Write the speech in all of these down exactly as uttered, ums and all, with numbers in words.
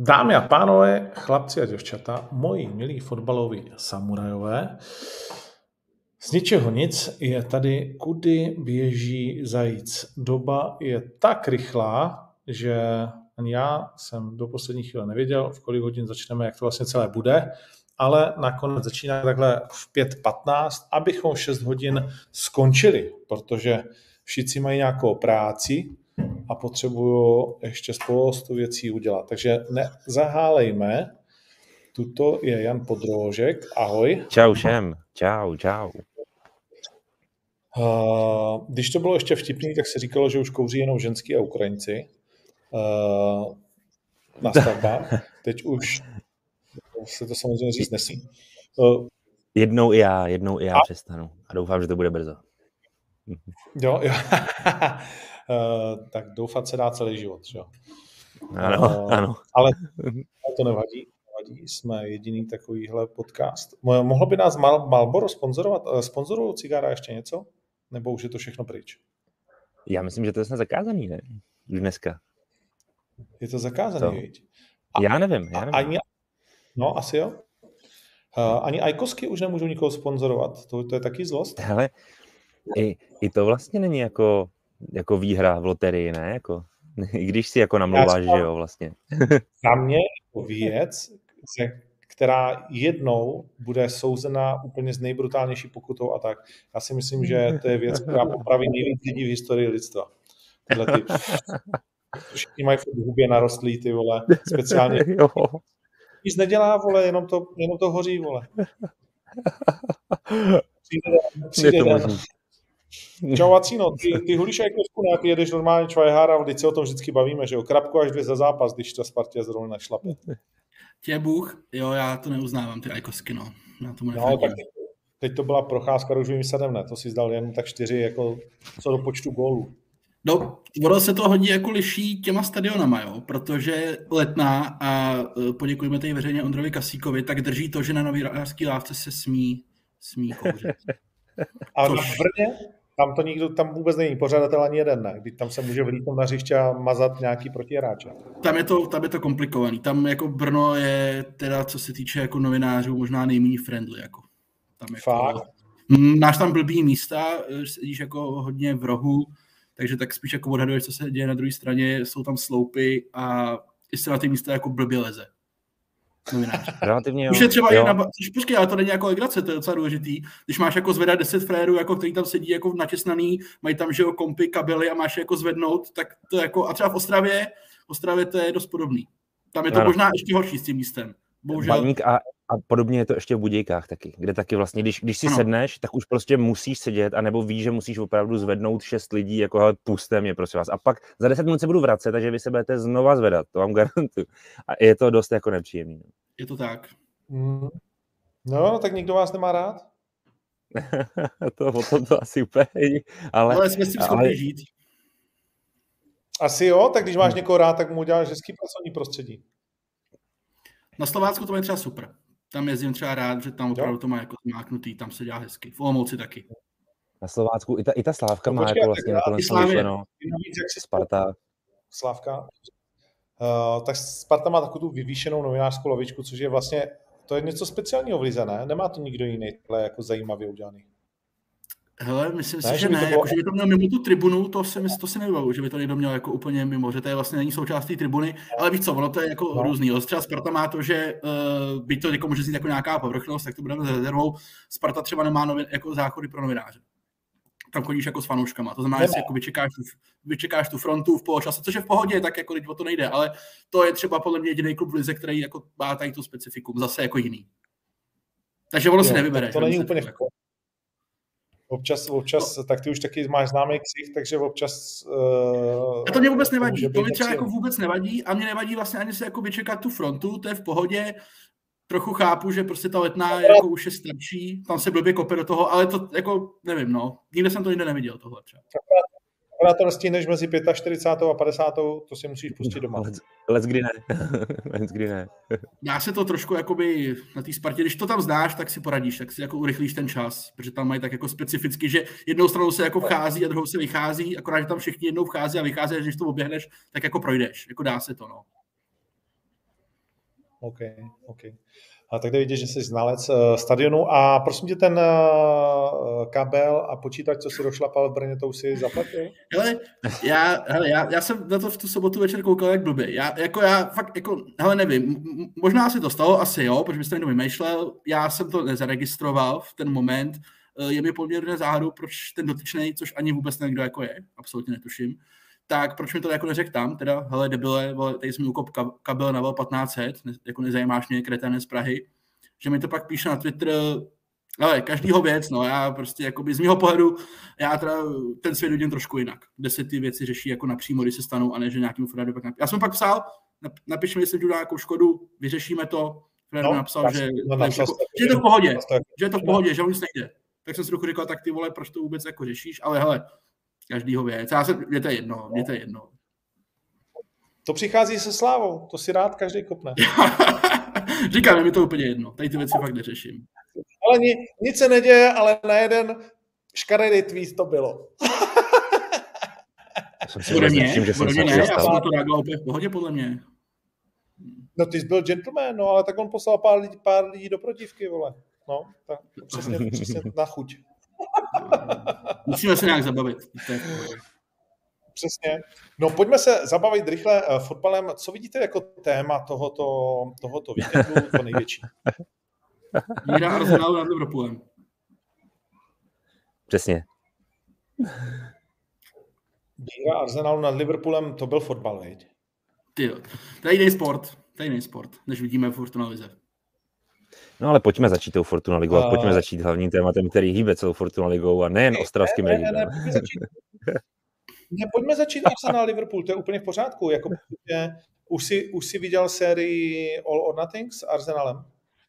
Dámy a pánové, chlapci a děvčata, moji milí fotbaloví samurajové, z ničeho nic je tady, kudy běží zajíc. Doba je tak rychlá, že ani já jsem do poslední chvíle nevěděl, v kolik hodin začneme, jak to vlastně celé bude, ale nakonec začíná takhle v pět patnáct, abychom v šest hodin skončili, protože všichni mají nějakou práci a potřebují ještě spoustu věcí udělat. Takže nezahálejme. Tuto je Jan Podrožek. Ahoj. Čau všem. Čau, čau. Uh, když to bylo ještě vtipný, tak se říkalo, že už kouří jenom ženský a Ukrajinci uh, na stavbách. Teď už se to samozřejmě říct nesmí. Uh, jednou i já, jednou i já a... přestanu. A doufám, že to bude brzo. Jo, jo. Uh, tak doufat se dá celý život, jo. Ano, uh, ano. Ale to nevadí, nevadí, jsme jediný takovýhle podcast. Mohlo by nás Mal- Marlboro sponzorovat? Sponzorují cigára ještě něco? Nebo už je to všechno pryč? Já myslím, že to je snad zakázaný, ne? Už dneska. Je to zakázaný, to... viď? A, já nevím, já nevím. Ani, no, asi jo. Uh, ani ajkosky už nemůžou nikoho sponzorovat. To, to je taky zlost. Hele, i, i to vlastně není jako, jako výhra v loterii, ne? Jako, i když si jako namlouváš, že jo, vlastně. Na mě jako věc, která jednou bude souzena úplně s nejbrutálnější pokutou a tak. Já si myslím, že to je věc, která popraví nejvíc lidí v historii lidstva. Tyhle ty všichni mají v hubě narostlý, ty vole, speciálně. Nic nedělá, vole, jenom to, jenom to hoří, vole. Přijde, přijde den. Čau, Acino, ty, ty hulíš ajkosku, ne? Ty jedeš normálně čvajhára, vždyť se o tom vždycky bavíme, že jo? Krapku až dvě za zápas, když ta Spartě zrovna nešlape. Tě Bůh, jo, já to neuznávám, ty ajkosky, no. Já tomu no, tak teď to byla procházka růžovým sadem, ne? To si zdal jen tak čtyři, jako co do počtu gólů. No, ono se to hodně jako liší těma stadionama, jo, protože Letná a poděkujeme tady veřejně Ondrovi Kasíkovi, tak drží to, že na novinářský lávce se smí, smí kouřit. Ale Což... na Brně, tam to nikdo, tam vůbec není pořadatel ani jeden, ne? Když tam se může vlítnout na hřiště a mazat nějaký protihráče. Tam je to, tam je to komplikovaný. Tam jako Brno je teda, co se týče jako novinářů, možná nejméně friendly, jako. Tam jako, Fakt? Máš tam blbý místa, sedíš jako hodně v rohu, takže tak spíš jako odhaduješ, co se děje na druhé straně, jsou tam sloupy a jestli na ty místa jako blbě leze. Novinář. Relativně jo. Už je třeba jo. Na, počkej, ale to není jako legrace, to je docela důležitý. Když máš jako zvedat deset frérů, jako který tam sedí jako natěsnaný, mají tam, že jo, kompy, kabely a máš jako zvednout, tak to jako, a třeba v Ostravě, v Ostravě to je dost podobný. Tam je to ano. možná ještě horší s tím místem. Bohužel. Baník a, a podobně je to ještě v Budějkách taky, kde taky vlastně, když, když si ano. sedneš, tak už prostě musíš sedět, anebo víš, že musíš opravdu zvednout šest lidí, jako hele, puste mě, prosím vás. A pak za deset minut se budu vracet, takže vy se budete znova zvedat, to vám garantuju. A je to dost jako nepříjemný. Je to tak. Mm. No, tak nikdo vás nemá rád? to o tom to asi úplně ale... Ale jsme si schopni ale... žít. Asi jo, tak když máš někoho rád, tak mu uděláš hezký pracovní prostředí. Na Slovácku to je třeba super. Tam jezdím třeba rád, že tam opravdu to má jako zmáknutý, tam se dělá hezky. V Olomouci taky. Na Slovácku i ta, i ta Slávka no, má počkej, jako vlastně na tohle myšleno. Sparta. Slávka. Uh, tak Sparta má takovou tu vyvýšenou novinářskou lavičku, což je vlastně, to je něco speciálního v lize, ne? Nemá to nikdo jiný, ale jako zajímavě udělaný. Hele, myslím si, ne, že, že ne, bylo... jako, že by to měl mimo tu tribunu, to se, to se nevybavu, že by to někdo měl jako úplně mimo, že to je vlastně není součástí tribuny, ale víš co, ono to je jako no. různý. Třeba Sparta má to, že uh, byť to jako může znít jako nějaká povrchnost, tak to budeme s rezervou. Sparta třeba nemá novin, jako záchody pro novináře. Tam chodíš jako s fanouškama, to znamená, že si jako vyčekáš, vyčekáš tu frontu v poločase, což je v pohodě, tak jako o to nejde, ale to je třeba podle mě jediný klub v lize, který jako má tady tu specifikum, zase jako jiný. Takže ono si nevybere. To není úplně jako... Občas, občas, no. Tak ty už taky máš známý ksich, takže občas... Uh, a to mě vůbec nevadí, to, to mi třeba jako vůbec nevadí a mě nevadí vlastně ani si jako vyčekat tu frontu, to je v pohodě, trochu chápu, že prostě ta Letná jako už je starší, tam se blbě kope do toho, ale to jako nevím, no, nikde jsem to nikde neviděl tohle třeba. Akorát to nestihneš mezi čtyřicátou pětou a padesátou to si musíš pustit doma. Let's, let's kdy ne. let's kdy ne. Dá se to trošku jakoby na té Spartě, když to tam znáš, tak si poradíš, tak si jako urychlíš ten čas, protože tam mají tak jako specificky, že jednou stranou se jako vchází a druhou se vychází, akorát, že tam všichni jednou vchází a vychází, a když to oběhneš, tak jako projdeš, jako dá se to, no. OK, OK. A tak jde vidět, že jsi znalec uh, stadionu a prosím tě ten uh, kabel a počítač, co si došlapal v Brně, to už si zaplatil? Hele, já, hele, já, já jsem na to v tu sobotu večer koukal jak blbě. Já, jako já fakt, jako, hele, nevím, možná si to stalo, asi jo, protože byste jenom vymýšlel, já jsem to nezaregistroval v ten moment, je mi poměrně záhadou, proč ten dotyčný, což ani vůbec nevím, kdo jako je, absolutně netuším, tak proč mi to jako neřekl tam, teda, hele, debile, vole, tady jsem ukop kabel na vel patnáct set, ne, jako nezajímáš mě, kretén z Prahy, že mi to pak píše na Twitter, ale každýho věc, no, já prostě, jakoby z mého pohledu, já teda ten svět vidím trošku jinak, kde se ty věci řeší jako napřímo, když se stanou, a ne, že nějakým Fredu pak napíš. Já jsem pak psal, napiš mi, jestli jdu nějakou škodu, vyřešíme to, Fredu no, napsal, že, no, tak, jako, že je to v pohodě, že je to v pohodě, že on nic nejde. Tak jsem si trochu říkal, tak ty vole, proč to vůbec jako řešíš, ale hele, každýho věc, já se, mě to je jedno, mě to je jedno. To přichází se slávou, to si rád každý kopne. Říkám, je mi to úplně jedno, tady ty věci fakt neřeším. Ale ni, nic se neděje, ale na jeden škaredý tweet to bylo. Podle mě, podle mě ne, já jsem na to reagoval úplně v pohodě, podle mě. No ty jsi byl gentleman, no, ale tak on poslal pár lidí, pár lidí do protivky, vole. No, tak přesně, přesně na chuť. Musíme se nějak zabavit. Přesně. No pojďme se zabavit rychle uh, fotbalem. Co vidíte jako téma tohoto, tohoto víkendu, to největší? Výhra Arsenalu nad Liverpoolem. Přesně. Výhra Arsenalu nad Liverpoolem, to byl fotbal, veď? Ty jo. To je jiný sport, to je jiný sport, než vidíme v Fortuna lize. No ale pojďme začít tou Fortuna ligou a pojďme začít hlavním tématem, který hýbe celou Fortuna ligou a nejen ostravským ne, ne, ne, ne, pojďme začít, ne, pojďme začít Arsenal Liverpool, to je úplně v pořádku. Jako, už, si, už si viděl sérii All or Nothing s Arsenalem?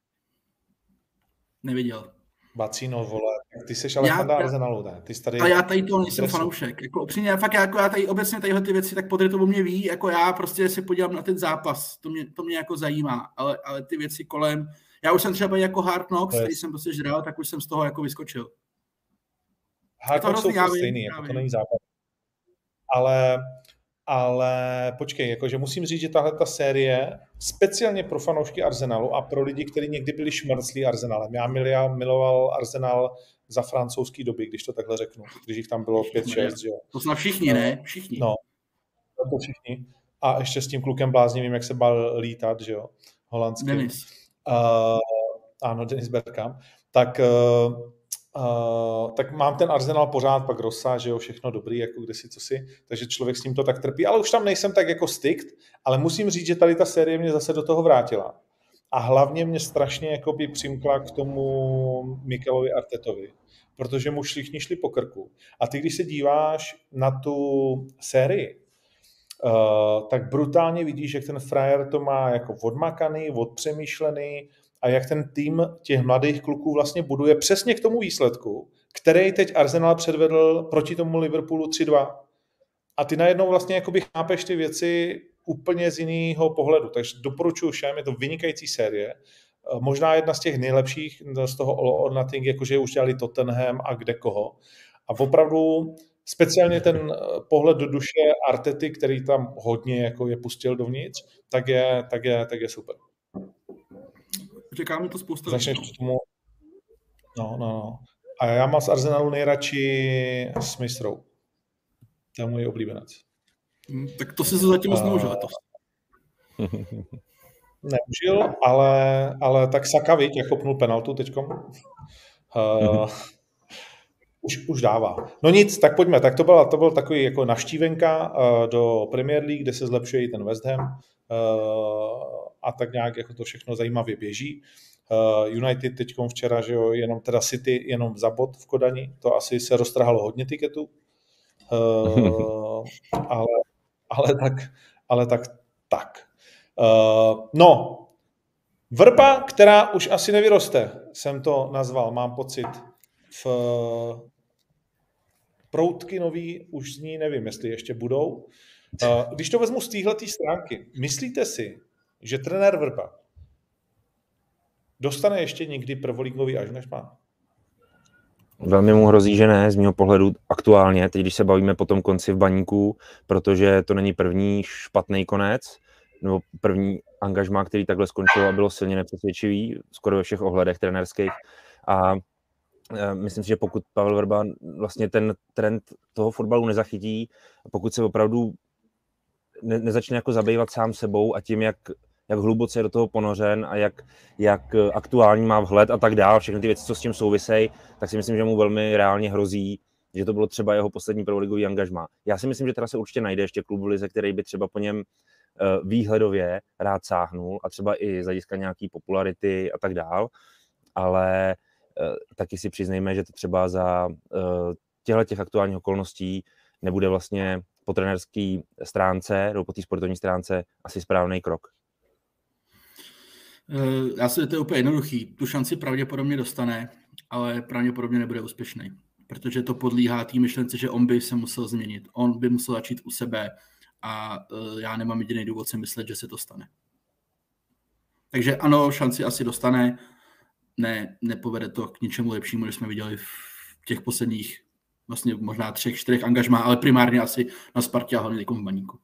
Neviděl. Bacino, vole, ty jsi ale fanda Arsenalu, ne? Ty tady... Ale já tady to nejsem fanoušek. Jako, upřímně, fakt jako já tady obecně tadyhle ty věci, tak Podry to o mě ví, jako já prostě se podívám na ten zápas, to mě, to mě jako zajímá, ale, ale ty věci kolem, já už jsem třeba jako Hard Knocks, který jsem prostě žral, tak už jsem z toho jako vyskočil. Hard Knocks jsou stejný, jako to není zápas. Ale, ale počkej, jakože musím říct, že tahle ta série, speciálně pro fanoušky Arsenalu a pro lidi, kteří někdy byli šmrclí Arsenalem. Já milia, miloval Arsenal za francouzský doby, když to takhle řeknu, když jich tam bylo pět šest, že jo. To snad všichni, ne? Všichni. No, to všichni. A ještě s tím klukem bláznivým, jak se bál lítat, že jo, holandským. Denis. Uh, ano, Dennis Bergkamp. Tak... Uh, Uh, tak mám ten Arsenal pořád, pak Rosa, že jo, všechno dobrý, jako kdesi, co si, takže člověk s ním to tak trpí, ale už tam nejsem tak jako stykt, ale musím říct, že tady ta série mě zase do toho vrátila. A hlavně mě strašně jakoby přimkla k tomu Mikelovi Artetovi, protože mu všichni šli po krku. A ty, když se díváš na tu sérii, uh, tak brutálně vidíš, jak ten frajer to má jako odmakaný, odpřemýšlený, a jak ten tým těch mladých kluků vlastně buduje přesně k tomu výsledku, který teď Arsenal předvedl proti tomu Liverpoolu tři dva. A ty najednou vlastně jakoby chápeš ty věci úplně z jiného pohledu. Takže doporučuji všem, je to vynikající série. Možná jedna z těch nejlepších z toho All or Nothing, jakože už dělali Tottenham a kde koho. A opravdu speciálně ten pohled do duše Artety, který tam hodně jako je pustil dovnitř, tak je, tak je, tak je super. Říká mi to spousta. Začneš tomu. No, no, no. A já mám z Arsenalu nejradši Smith Rowe. To je můj oblíbenec. Hmm, tak to si se zatím moc neužil letos. Neužil, ale, ale tak Saka, viď, jak kopnul penaltu teďkom. Uh, už, už dává. No nic, tak pojďme. Tak to byl, to byl takový jako navštívenka uh, do Premier League, kde se zlepšuje i ten West Ham. Uh, a tak nějak jako to všechno zajímavě běží. Uh, United teďkom včera, že jo, jenom teda City, jenom za bod v Kodani, to asi se roztrhalo hodně tiketů. Uh, ale, ale tak, ale tak, tak. Uh, no, vrba, která už asi nevyroste, jsem to nazval, mám pocit. V proutky nový už z ní nevím, jestli ještě budou. Uh, když to vezmu z téhletý stránky, myslíte si, že trenér Vrba dostane ještě někdy prvoligový angažmá? Velmi mu hrozí, že ne, z mého pohledu aktuálně, teď když se bavíme po tom konci v Baníku, protože to není první špatný konec, nebo první angažmá, který takhle skončil a bylo silně nepřesvědčivý, skoro ve všech ohledech trenérských. A myslím si, že pokud Pavel Vrba vlastně ten trend toho fotbalu nezachytí, pokud se opravdu ne, nezačne jako zabývat sám sebou a tím, jak, jak hluboce je do toho ponořen a jak, jak aktuální má vhled a tak dál, všechny ty věci, co s tím souvisejí, tak si myslím, že mu velmi reálně hrozí, že to bylo třeba jeho poslední prvoligový angažmá. Já si myslím, že teda se určitě najde ještě klub v lize, který by třeba po něm výhledově rád sáhnul a třeba i z hlediska nějaký popularity a tak dál, ale taky si přiznejme, že to třeba za těchto těch aktuálních okolností nebude vlastně po trenérské stránce nebo po té sportovní stránce asi správný krok. Já si to je úplně jednoduchý. Tu šanci pravděpodobně dostane, ale pravděpodobně nebude úspěšný, protože to podlíhá té myšlence, že on by se musel změnit. On by musel začít u sebe a já nemám jediný důvod si myslet, že se to stane. Takže ano, šanci asi dostane, ne, nepovede to k ničemu lepšímu, než jsme viděli v těch posledních vlastně možná třech, čtyřech angažmá, ale primárně asi na Spartě a hlavně v Baníku.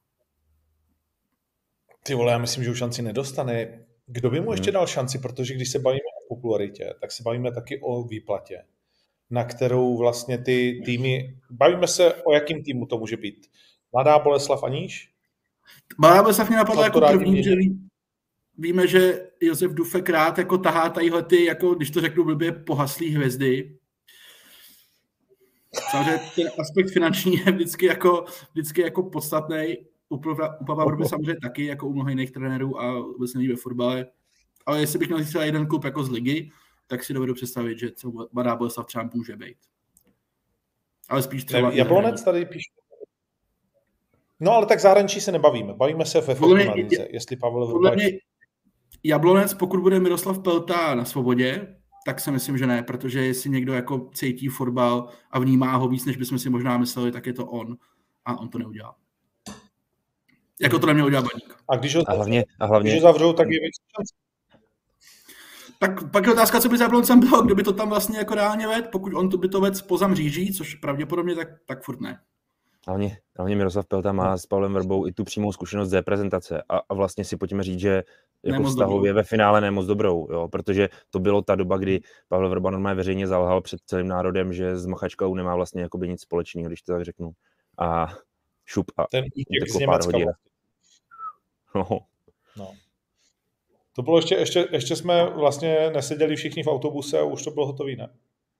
Ty vole, já myslím, že už šanci nedostane. Kdo by mu ještě dal šanci, protože když se bavíme o popularitě, tak se bavíme taky o výplatě, na kterou vlastně ty týmy, bavíme se o jakým týmu to může být. Mladá Boleslav Aníš? Mladá Boleslav mě napadla jako první, že ví, víme, že Josef Dufek rád jako tahá tadyhle ty, jako když to řeknu blbě, pohaslý hvězdy. Samozřejmě ten aspekt finanční je vždycky jako, vždycky jako podstatný. U Pavla Vrby samozřejmě taky, jako u mnoha jiných trenérů a vůbec neví ve fotbale. Ale jestli bych měl třeba jeden klub jako z ligy, tak si dovedu představit, že Mladá Boleslav třeba může být. Ale spíš třeba... Jablonec tady píše. No ale tak zahraničí se nebavíme. Bavíme se ve Fortuna lize, jestli Pavel Vrba... Jablonec, pokud bude Miroslav Pelta na svobodě, tak si myslím, že ne, protože jestli někdo jako cítí fotbal a vnímá ho víc, než bychom si možná mysleli, tak je to on. A on to neudělá. Jako to neměl udělat Baník. A když ho, a hlavně, a hlavně... když ho zavřou, tak je větší šance. Tak pak je otázka, co by za Jabloncem bylo, kdo by to tam vlastně jako reálně ved, pokud on to by to ved poza mříží, což pravděpodobně tak, tak furt ne. Hlavně, hlavně Miroslav Pelta má s Pavlem Vrbou i tu přímou zkušenost z reprezentace a, a vlastně si pojďme říct, že jako vztahově ve finále nemoc dobrou, jo, protože to bylo ta doba, kdy Pavel Vrba normálně veřejně zalhal před celým národem, že s Machačkou nemá vlastně jakoby nic společného, když to tak řeknu. A šup a ten útěk z Německa. No. No. To bylo ještě, ještě, ještě jsme vlastně neseděli všichni v autobuse a už to bylo hotový, ne?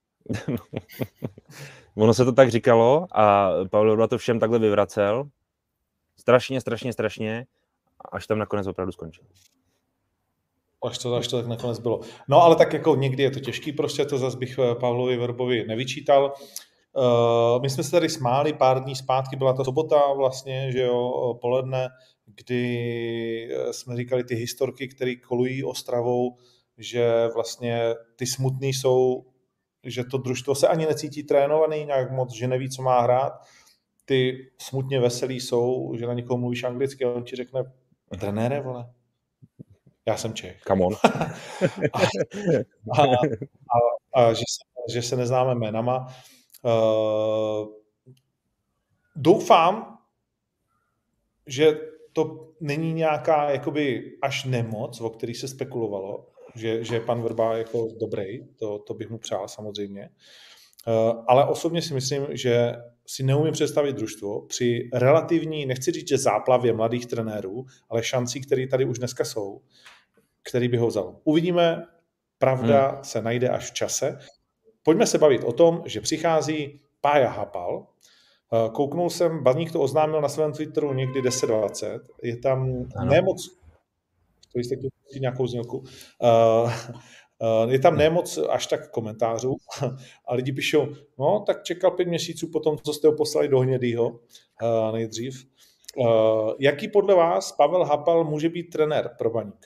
Ono se to tak říkalo a Pavel Vrba to všem takhle vyvracel. Strašně, strašně, strašně, až tam nakonec opravdu skončil. Až to, až to tak nakonec bylo. No ale tak jako někdy je to těžký, prostě to zase bych Pavlovi Vrbovi nevyčítal. Uh, my jsme se tady smáli pár dní zpátky, byla to sobota vlastně, že jo, poledne, kdy jsme říkali ty historky, které kolují Ostravou, že vlastně ty smutný jsou, že to družstvo se ani necítí trénovaný nějak moc, že neví, co má hrát. Ty smutně veselí jsou, že na někoho mluvíš anglicky a on ti řekne, trenére, vole, já jsem Čech. Come on. a, a, a, a že, se, že se neznáme jménama. Uh, doufám, že to není nějaká jakoby až nemoc, o který se spekulovalo, že, že je pan Vrba jako dobrý, to, to bych mu přál samozřejmě. Uh, ale osobně si myslím, že si neumím představit družstvo při relativní, nechci říct, že záplavě mladých trenérů, ale šancí, které tady už dneska jsou, který by ho vzal. Uvidíme, pravda hmm. se najde až v čase. Pojďme se bavit o tom, že přichází Pája Hapal. Kouknul jsem, Baník to oznámil na svém Twitteru někdy deset dvacet. Je tam nemoc... To jste nějakou znělku. Je tam nemoc až tak komentářů a lidi píšou, no tak čekal pět měsíců po tom, co jste ho poslali do Hnědýho nejdřív. Jaký podle vás Pavel Hapal může být trenér pro Baník?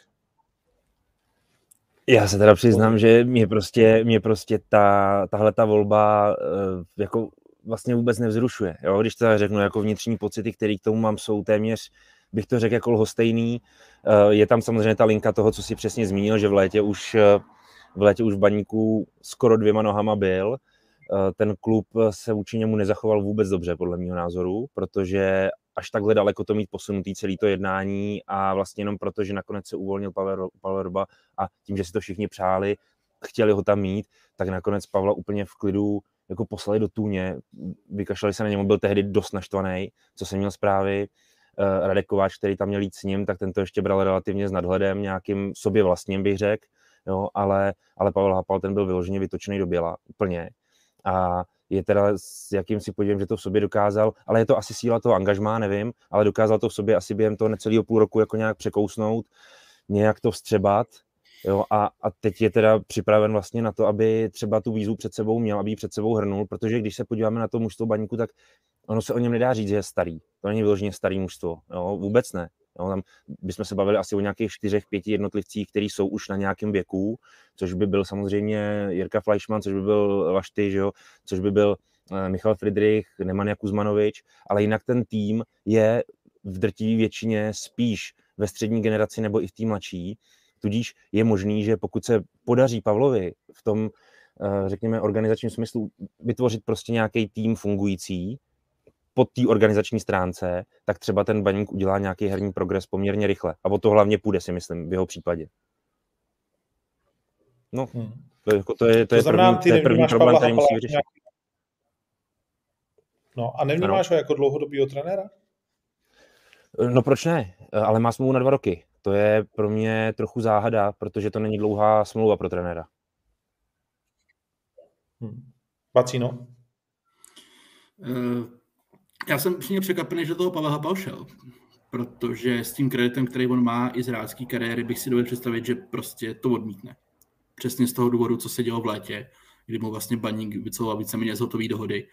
Já se teda přiznám, že mě prostě, mě prostě ta, tahle ta volba jako vlastně vůbec nevzrušuje. Jo? Když to řeknu, jako vnitřní pocity, které k tomu mám, jsou téměř, bych to řekl, jako lhostejný. Je tam samozřejmě ta linka toho, co si přesně zmínil, že v létě už v, létě už v Baníku skoro dvěma nohama byl. Ten klub se vůči němu nezachoval vůbec dobře, podle mého názoru, protože až takhle daleko to mít posunutý celý to jednání a vlastně jenom proto, že nakonec se uvolnil Pavel, Pavel Vrba a tím, že si to všichni přáli, chtěli ho tam mít, tak nakonec Pavla úplně v klidu jako poslali do Tůně, vykašlali se na něm, byl tehdy dost naštvaný, co jsem měl zprávy. Radek Kováč, který tam měl jít s ním, tak ten to ještě bral relativně s nadhledem, nějakým sobě vlastním, bych řekl, jo, ale, ale Pavel Hapal, ten byl vyloženě vytočený do běla, úplně. A je teda s jakým si podívám, že to v sobě dokázal, ale je to asi síla toho angažmá, nevím, ale dokázal to v sobě asi během toho necelého půl roku jako nějak překousnout, nějak to vstřebat, jo, a, a teď je teda připraven vlastně na to, aby třeba tu výzvu před sebou měl, aby ji před sebou hrnul, protože když se podíváme na to mužstvo Baníku, tak ono se o něm nedá říct, že je starý. To není vyloženě starý mužstvo, jo, vůbec ne. Jo, tam bychom se bavili asi o nějakých čtyřech, pěti jednotlivcích, kteří jsou už na nějakém věku, což by byl samozřejmě Jirka Fleischmann, což by byl Lašty, že jo, což by byl Michal Friedrich, Nemanja Kuzmanovič, ale jinak ten tým je v drtivé většině spíš ve střední generaci nebo i v té mladší. Tudíž je možný, že pokud se podaří Pavlovi v tom, řekněme, organizačním smyslu vytvořit prostě nějaký tým fungující pod té organizační stránce, tak třeba ten Baník udělá nějaký herní progres poměrně rychle. A o to hlavně půjde, si myslím, v jeho případě. No, hmm. to, je, to je, to je první, to je první problém, který musí vyřešit. Nějaký... No a nevnímáš ho jako dlouhodobýho trenéra? No proč ne? Ale má smlouvu na dva roky. To je pro mě trochu záhada, protože to není dlouhá smlouva pro trenéra. Hmm. Vacíno? Uh, já jsem přímě překvapený, že toho Pavel Hapal šel, protože s tím kreditem, který on má i z hráčské kariéry, bych si dovedl představit, že prostě to odmítne. Přesně z toho důvodu, co se dělo v létě, kdy mu vlastně Baník vyceloval víceméně z hotové dohody.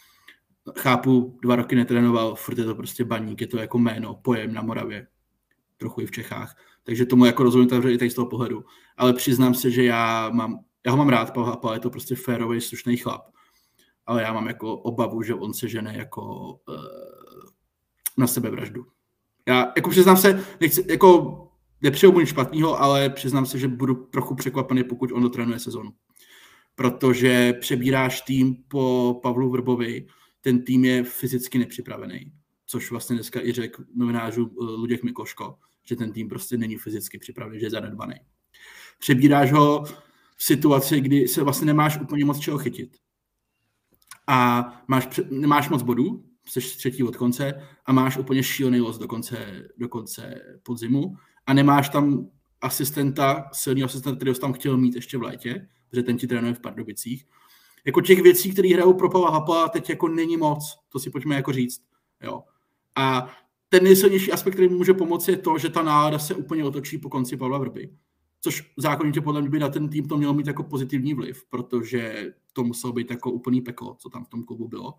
Chápu, dva roky netrénoval, furt je to prostě Baník, je to jako jméno, pojem na Moravě, trochu i v Čechách, takže tomu jako rozumím takže i tady z toho pohledu. Ale přiznám se, že já mám, já ho mám rád, Pavel Hapal, je to prostě férový, slušný chlap, ale já mám jako obavu, že on se žene jako uh, na sebevraždu. Já jako přiznám se, nechci, jako nepřeju mu nic špatného, ale přiznám se, že budu trochu překvapený, pokud on dotrénuje sezonu. Protože přebíráš tým po Pavlu Vrbovi, ten tým je fyzicky nepřipravený, což vlastně dneska i řekl novinářů Luděk Mikloško, že ten tým prostě není fyzicky připravený, že je zanedbaný. Přebíráš ho v situaci, kdy se vlastně nemáš úplně moc čeho chytit. A máš, nemáš moc bodů, jsi třetí od konce a máš úplně šílený los do konce, do konce podzimu a nemáš tam asistenta, silný asistenta, který jsi tam chtěl mít ještě v létě, protože ten ti trénuje v Pardubicích. Jako těch věcí, které hrajou pro Pavla Hapala, teď jako není moc, to si pojďme jako říct. Jo. A ten nejsilnější aspekt, který může pomoci, je to, že ta nálada se úplně otočí po konci Pavla Vrby. Což zákonitě podle mě by na ten tým to mělo mít jako pozitivní vliv, protože to muselo být jako úplný peklo, co tam v tom klubu bylo.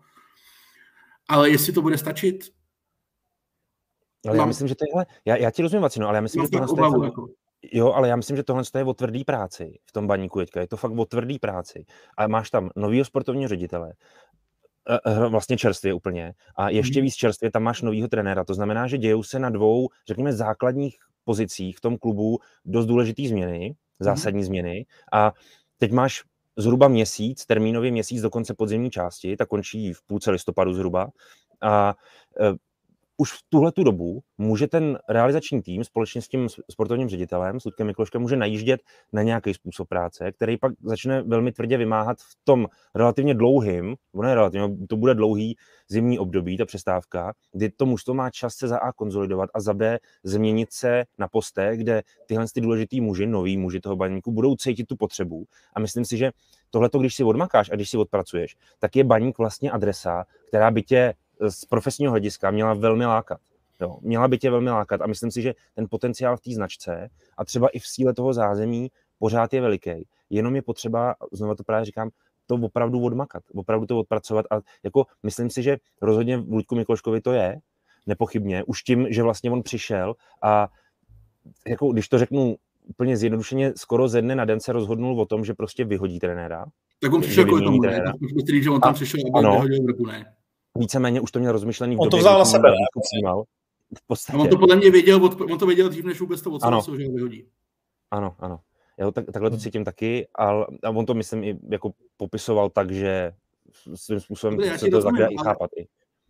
Ale jestli to bude stačit? Ale já myslím, že to je, já, já ti rozumím, Vacino, ale já myslím, že tohle obavu, je, jako. Jo, ale já myslím, že tohle je o tvrdý práci v tom Baníku teďka. Je to fakt o tvrdý práci. A máš tam novýho sportovního ředitele, vlastně čerstvě úplně, a ještě víc čerstvě tam máš novýho trenéra. To znamená, že dějou se na dvou, řekněme, základních pozicích v tom klubu dost důležitý změny, zásadní mm. změny. A teď máš zhruba měsíc, termínově měsíc do konce podzimní části, ta končí v půlce listopadu zhruba. A e, už v tuhletu dobu může ten realizační tým společně s tím sportovním ředitelem, s Ludkem Mikloškem, může najíždět na nějaký způsob práce, který pak začne velmi tvrdě vymáhat v tom relativně dlouhým, ne relativně, to bude dlouhý zimní období, ta přestávka, kdy to mužstvo má čas se za A konzolidovat a za B změnit se na postech, kde tyhle ty důležitý muži, noví muži toho Baníku, budou cítit tu potřebu. A myslím si, že tohleto, když si odmakáš a když si odpracuješ, tak je Baník vlastně adresa, která by tě z profesního hlediska měla velmi lákat. Jo, měla by tě velmi lákat a myslím si, že ten potenciál v té značce a třeba i v síle toho zázemí pořád je veliký. Jenom je potřeba, znovu to právě říkám, to opravdu odmakat, opravdu to odpracovat a jako myslím si, že rozhodně v Luďku Mikloškovi to je, nepochybně, už tím, že vlastně on přišel a jako když to řeknu úplně zjednodušeně, skoro ze dne na den se rozhodnul o tom, že prostě vyhodí trenéra. Tak on přišel kvůli tomu, ne? Myslím, že on tam přišel, aby vyhodil Vrbu, ne? Víceméně už to měl rozmyšlený v on době, to vzal na sebe. V podstatě. A on to podle mě věděl, on to věděl dřív, než vůbec to odsouhlasil, že ho vyhodí. Ano, ano. Já tak, takhle to cítím taky, ale a on to myslím i jako popisoval tak, že svým způsobem Dobre, se to také i chápat. I.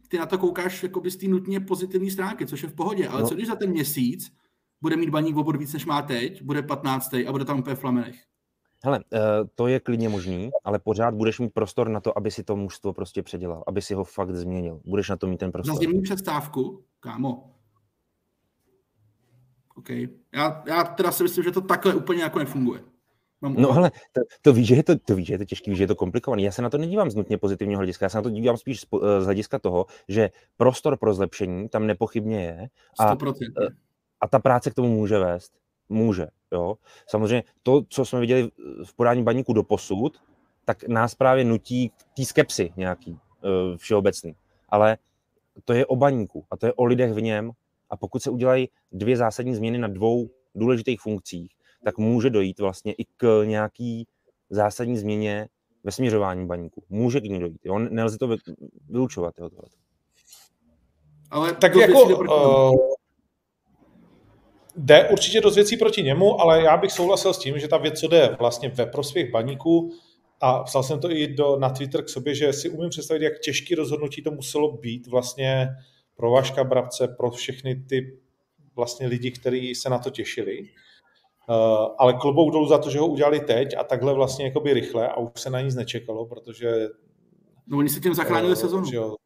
ty na to koukáš jakoby z té nutně pozitivní stránky, což je v pohodě, ale no. Co když za ten měsíc bude mít Baník o bod víc, než má teď, bude patnáctý a bude tam úplně v plamenech? Hele, to je klidně možný, ale pořád budeš mít prostor na to, aby si to mužstvo prostě předělal, aby si ho fakt změnil. Budeš na to mít ten prostor. Za zimní přestávku, kámo. OK. Já, já teda si myslím, že to takhle úplně jako nefunguje. Mám no ale to, to víš, že je to, to víš, že je to těžký, víš, že je to komplikovaný. Já se na to nedívám z nutně pozitivního hlediska, já se na to dívám spíš z, z hlediska toho, že prostor pro zlepšení tam nepochybně je. A, sto procent. a ta práce k tomu může vést. Může, jo. Samozřejmě to, co jsme viděli v podání Baníku doposud, tak nás právě nutí k té skepsy nějaký uh, všeobecný. Ale to je o Baníku a to je o lidech v něm. A pokud se udělají dvě zásadní změny na dvou důležitých funkcích, tak může dojít vlastně i k nějaký zásadní změně ve směřování Baníku. Může k ní dojít. Jo? Nelze to vylučovat. Jo, ale tak jako uh, jde určitě dost věcí proti němu, ale já bych souhlasil s tím, že ta věc, co jde vlastně ve prospěch Baníku, a psal jsem to i do, na Twitter k sobě, že si umím představit, jak těžké rozhodnutí to muselo být vlastně pro Vaška Brabce, pro všechny ty vlastně lidi, kteří se na to těšili. Uh, ale klobouk dolů za to, že ho udělali teď a takhle vlastně jakoby rychle a už se na nic nečekalo, protože... No oni se tím zachránili uh, sezonu.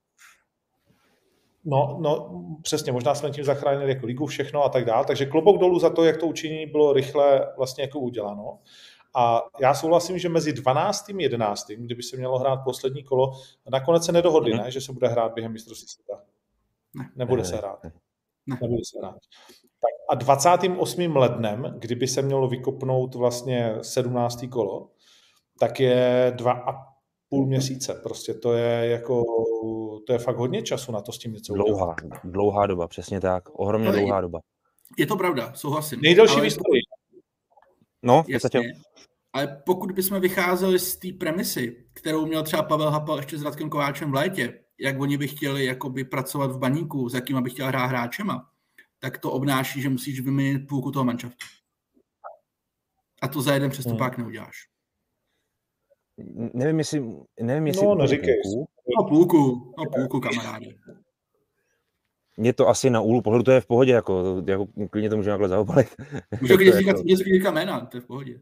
No, no, přesně, možná jsme tím zachránili jako ligu všechno a tak dále, takže klobouk dolů za to, jak to učinění bylo rychle vlastně jako uděláno. A já souhlasím, že mezi dvanáctým a jedenáctým, kdyby se mělo hrát poslední kolo, nakonec se nedohodli, ne, že se bude hrát během mistrovství světa. Ne. Nebude se hrát. Ne. Nebude se hrát. Tak a dvacátým osmým lednem, kdyby se mělo vykopnout vlastně sedmnácté kolo, tak je dva a půl měsíce. Prostě to je jako, to je fakt hodně času na to s tím něco dlouhá, udělat. Dlouhá doba, přesně tak. Ohromně ale dlouhá doba. Je to pravda, souhlasím. Nejdelší v historii. No, jasně. Ale pokud bychom vycházeli z té premisy, kterou měl třeba Pavel Hapal ještě s Radkem Kováčem v létě, jak oni by chtěli jakoby pracovat v Baníku, s jakýma by chtěl hrát hráčema, tak to obnáší, že musíš vyměnit půlku toho manšaftu. A to za jeden přestupák hmm. neuděláš. Nevím, jestli... Nevím, jestli no, neříkej. Půlku. No půlku, no půlku, kamarádi. Mě to asi na úhlu pohledu, to je v pohodě, jako, jako klidně to můžeme takhle zaobalit. Můžu klidně říkat, můžu říkat jména, to je v pohodě.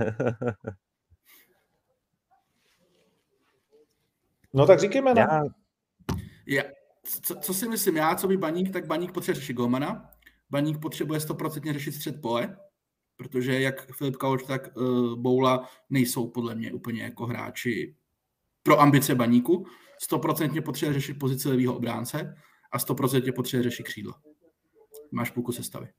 No tak říkej jména. Já... Já, co, co si myslím já, co by Baník, tak Baník potřebuje řešit golmana. Baník potřebuje sto procent řešit střed pole, protože jak Filip Kauč, tak uh, Boula nejsou podle mě úplně jako hráči pro ambice Baníku. sto procent potřebuje řešit pozici levýho obránce a sto procent potřebuje řešit křídla. Máš půlku sestavy.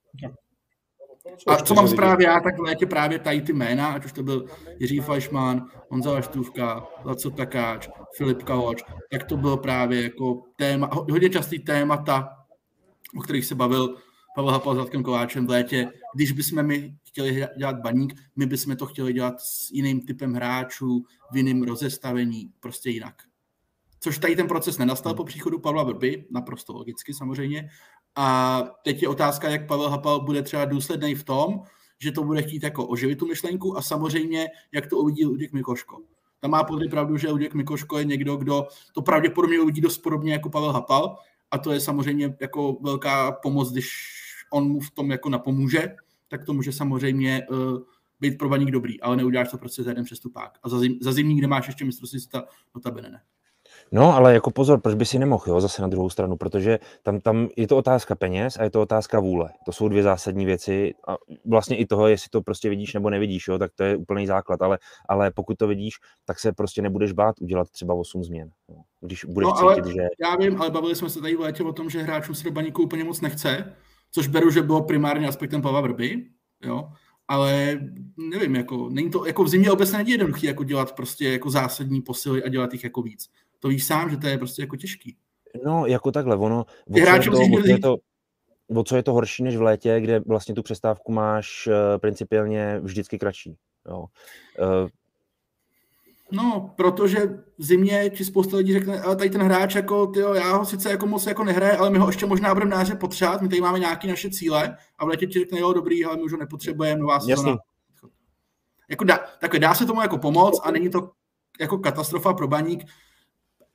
A co mám zprávě já, tak v létě právě tady ty jména, ať už to byl Jiří Fleischmann, Honza Laštůvka, Laco Takáč, Filip Kauč, tak to bylo právě jako téma, hodně častý témata, o kterých se bavil Pavel Hapal s Radkem Kováčem v létě. Když bychom my chtěli dělat Baník, my bychom to chtěli dělat s jiným typem hráčů, v jiném rozestavení, prostě jinak. Což tady ten proces nenastal po příchodu Pavla Vrby, naprosto logicky samozřejmě. A teď je otázka, jak Pavel Hapal bude třeba důsledný v tom, že to bude chtít jako oživit tu myšlenku a samozřejmě, jak to uvidí Luděk Mikoško. Tam má podle pravdu, že Luděk Mikoško je někdo, kdo to pravděpodobně uvidí dost podobně jako Pavel Hapal a to je samozřejmě jako velká pomoc, když on mu v tom jako napomůže, tak to může samozřejmě uh, být pro Baník dobrý, ale neuděláš to prostě za jeden přestupák. A za, zim, za zimní, kde máš ještě mistrovství světa, notabene ne. No, ale jako pozor, proč by si nemohl, jo, zase na druhou stranu, protože tam, tam je to otázka peněz a je to otázka vůle. To jsou dvě zásadní věci a vlastně i toho, jestli to prostě vidíš nebo nevidíš, jo, tak to je úplný základ, ale, ale pokud to vidíš, tak se prostě nebudeš bát udělat třeba osm změn. Jo. Když budeš no, cítit, že... Já vím, ale bavili jsme se tady v létě o tom, že hráčům se do Baníku úplně moc nechce, což beru, že bylo primárně aspektem Pavla Vrby, jo, ale nevím, jako, není to, jako v zimě obecně není jednoduchý jako dělat prostě jako zásadní posily a dělat jich jako víc. To víš sám, že to je prostě jako těžký. No, jako takhle, ono, o co, je to, o, co je to, o co je to horší než v létě, kde vlastně tu přestávku máš uh, principiálně vždycky kratší. Jo. Uh, no, protože v zimě ti spousta lidí řekne, ale tady ten hráč, jako, tyjo, já ho sice jako moc jako nehraje, ale my ho ještě možná budeme náře potřebovat, my tady máme nějaké naše cíle a v létě ti řekne, jo, dobrý, ale my už ho nepotřebujeme, nová sezona. Jako dá, takhle, dá se tomu jako pomoct a není to jako katastrofa pro Baník.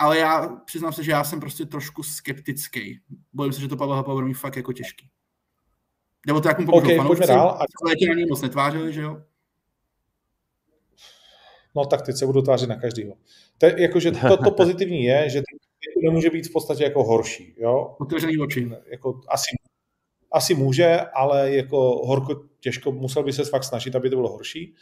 ale já přiznám se, že já jsem prostě trošku skeptický. Bojím se, že to Pavel Hapa bude mít fakt jako těžký. Nebo to jak mu pomůžou okay, fanoušci, ale ti na něj moc netvářili, že jo? No tak teď se budu tvářit na každýho. To, jakože to, to pozitivní je, že to nemůže být v podstatě jako horší. Jo? Otevřený oči. Jako asi, asi může, ale jako horko těžko, musel by se fakt snažit, aby to bylo horší.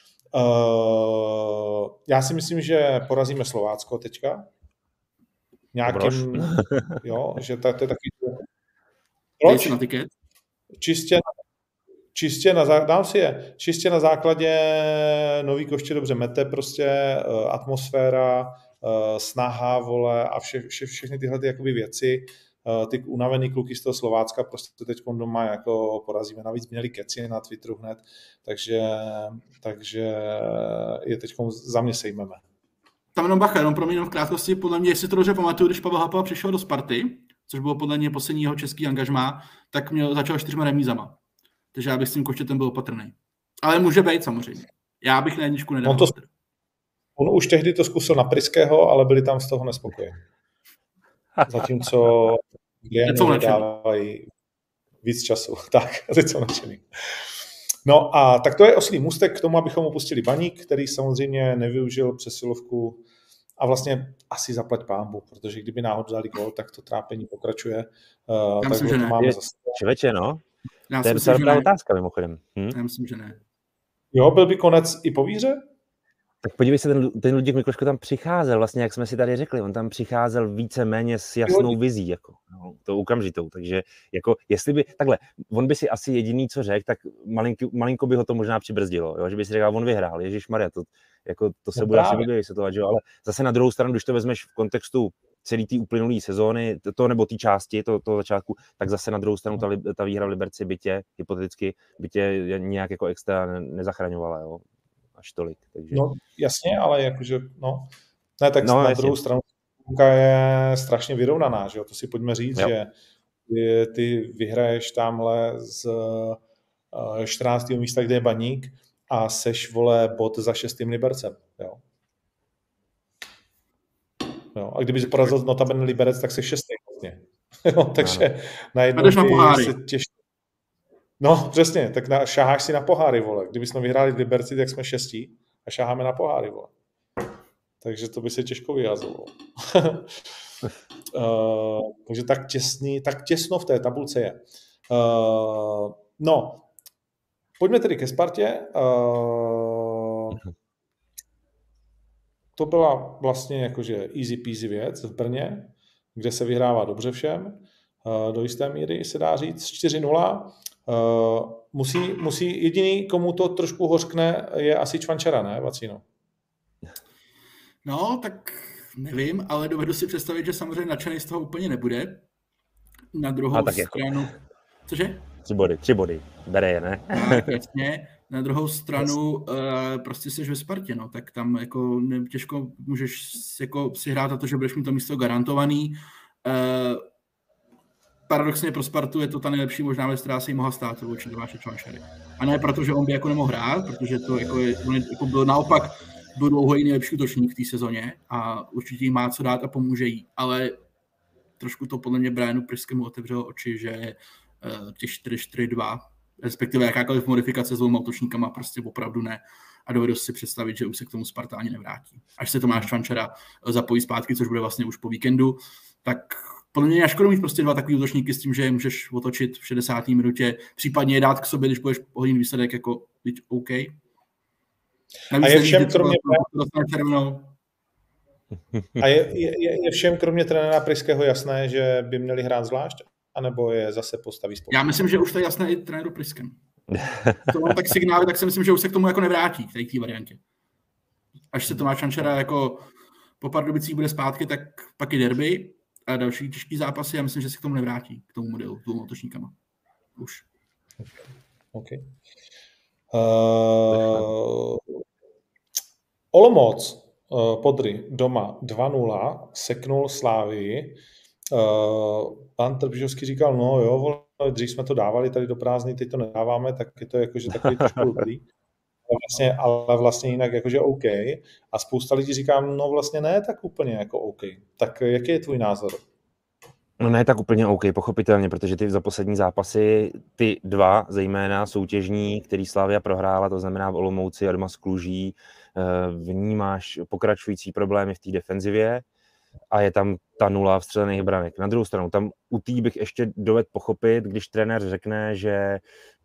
Uh, já si myslím, že porazíme Slovácko teďka. Nějakým, jo, že to, to je taky... Proč? Na tiket? Čistě, čistě na, dám si je, čistě na základě Nový Koště dobře mete, prostě uh, atmosféra, uh, snaha, vole a vše, vše, všechny tyhle ty jakoby věci, uh, ty unavený kluky z toho Slovácka prostě teď doma jako porazíme. Navíc měli keci na Twitteru hned, takže, takže je teď za mě sejmeme. Tam jenom bacha, jenom pro mě jenom v krátkosti, podle mě, jestli to dobře pamatuju, když Pavel Hapa přišel do Sparty, což bylo podle mě posledního český angažmá, tak měl, začal čtyřma remízama. Takže já bych s tím Koštětem byl opatrný. Ale může být samozřejmě. Já bych na jedničku nedal. On, to, on už tehdy to zkusil na Pryského, ale byli tam z toho nespokojení. Zatímco Gliani dávají víc času. Tak, teď jsou nadšený. No a tak to je oslý můstek k tomu, abychom opustili Baník, který samozřejmě nevyužil přesilovku a vlastně asi zaplať pánbu, protože kdyby náhodou dali gól, tak to trápení pokračuje. Uh, Já myslím, že ne. Máme zase. Člověče, no. Já to je docela dobrá otázka, mimochodem. Hm? Já myslím, že ne. Jo, byl by konec i po výhře? Tak podívej se, ten, ten Luděk Mikloško tam přicházel, vlastně jak jsme si tady řekli, on tam přicházel víceméně s jasnou vizí, jako, no, to okamžitou, takže jako, jestli by, takhle, on by si asi jediný, co řekl, tak malinko, malinko by ho to možná přibrzdilo, jo, že by si řekl, on vyhrál, ježišmarja, to, jako, to se no bude asi blbě vysvětlovat, jo, ale zase na druhou stranu, když to vezmeš v kontextu celý té uplynulé sezóny, to nebo té části, to, toho začátku, tak zase na druhou stranu ta, ta výhra v Liberci bytě, hypoteticky, bytě nějak jako extra ne, nezachraňovala, jo. Až tolik. Takže... No jasně, ale jakože, no, ne, tak no, na jasně. druhou stranu je strašně vyrovnaná, že jo, to si pojďme říct, jo. Že ty, ty vyhraješ tamhle z uh, čtrnáctého místa, kde je Baník a seš, vole, bod za šestým Libercem, jo. Jo, a kdyby se porazil notabene Liberec, tak seš šestý vlastně. Jo, takže no. najednou se těší. No, přesně, tak na, šaháš si na poháry, vole. Kdyby jsme vyhráli v Liberci, tak jsme šestí a šaháme na poháry, vole. Takže to by se těžko vyhazovalo. uh, takže tak těsný, tak těsno v té tabulce je. Uh, no, pojďme tedy ke Spartě. Uh, to byla vlastně jakože easy peasy věc v Brně, kde se vyhrává dobře všem. Uh, do jisté míry se dá říct čtyři nula. Uh, musí, musí, jediný, komu to trošku hořkne, je asi Čvančara, ne, Vacíno? No, tak nevím, ale dovedu si představit, že samozřejmě nadšený z toho úplně nebude. Na druhou stranu... Jako. Cože? Tři body, tři body. Bere je, ne? No, jasně. Na druhou stranu uh, prostě jsi ve Spartě, no, tak tam jako ne, těžko můžeš jako si hrát na to, že budeš mít to místo garantovaný. Uh, Paradoxně pro Spartu je to ta nejlepší možná věc, která se jí mohla stát vůči Tomáše Čvančary. A ne proto, že on by jako nemohl hrát, protože to jako, je, on je, jako byl naopak byl dlouho i nejlepší útočník v té sezóně a určitě jí má co dát a pomůže jí. Ale trošku to podle mě Brianu Pryskému otevřelo oči, že uh, těch čtyři čtyři dva, respektive jakákoliv modifikace s dvouma útočníkama prostě opravdu ne. A dovedu si představit, že už se k tomu Sparta ani nevrátí. Až se Tomáš Čvančara zapojí zpátky, což bude vlastně už po víkendu, tak podle mě je škoda mít prostě dva takový útočníky s tím, že je můžeš otočit v šedesáté minutě, případně je dát k sobě, když budeš hodin výsledek jako být OK. Navíc a je všem kromě A je, je, je všem kromě trenéra Pryského jasné, že by měli hrát zvlášť, anebo je zase postaví spolu? Já myslím, že už to je jasné i trenéru Pryskému. To mám tak signály, tak si myslím, že už se k tomu jako nevrátí, k té variantě. Až se Tomáš Čvančara jako po Pardubicích bude zpátky, tak pak i derby a další těžký zápasy, já myslím, že se k tomu nevrátí, k tomu modelu, dvou útočníkama. Už. Okay. Uh, Olomouc uh, Podry doma dva nula seknul Slávii. Uh, pan Trpišovský říkal, no jo, vole, dřív jsme to dávali tady do prázdný, teď to nedáváme, tak je to jakože takový trošku blbý. vlastně, ale vlastně jinak jakože OK. A spousta lidí říká, no vlastně ne tak úplně jako OK. Tak jaký je tvůj názor? No ne tak úplně OK, pochopitelně, protože ty za poslední zápasy, ty dva zejména soutěžní, který Slavia prohrála, to znamená v Olomouci a doma s Kluží, v ní máš pokračující problémy v té defenzivě a je tam ta nula vstřelených branek. Na druhou stranu, tam u té bych ještě dovedl pochopit, když trenér řekne, že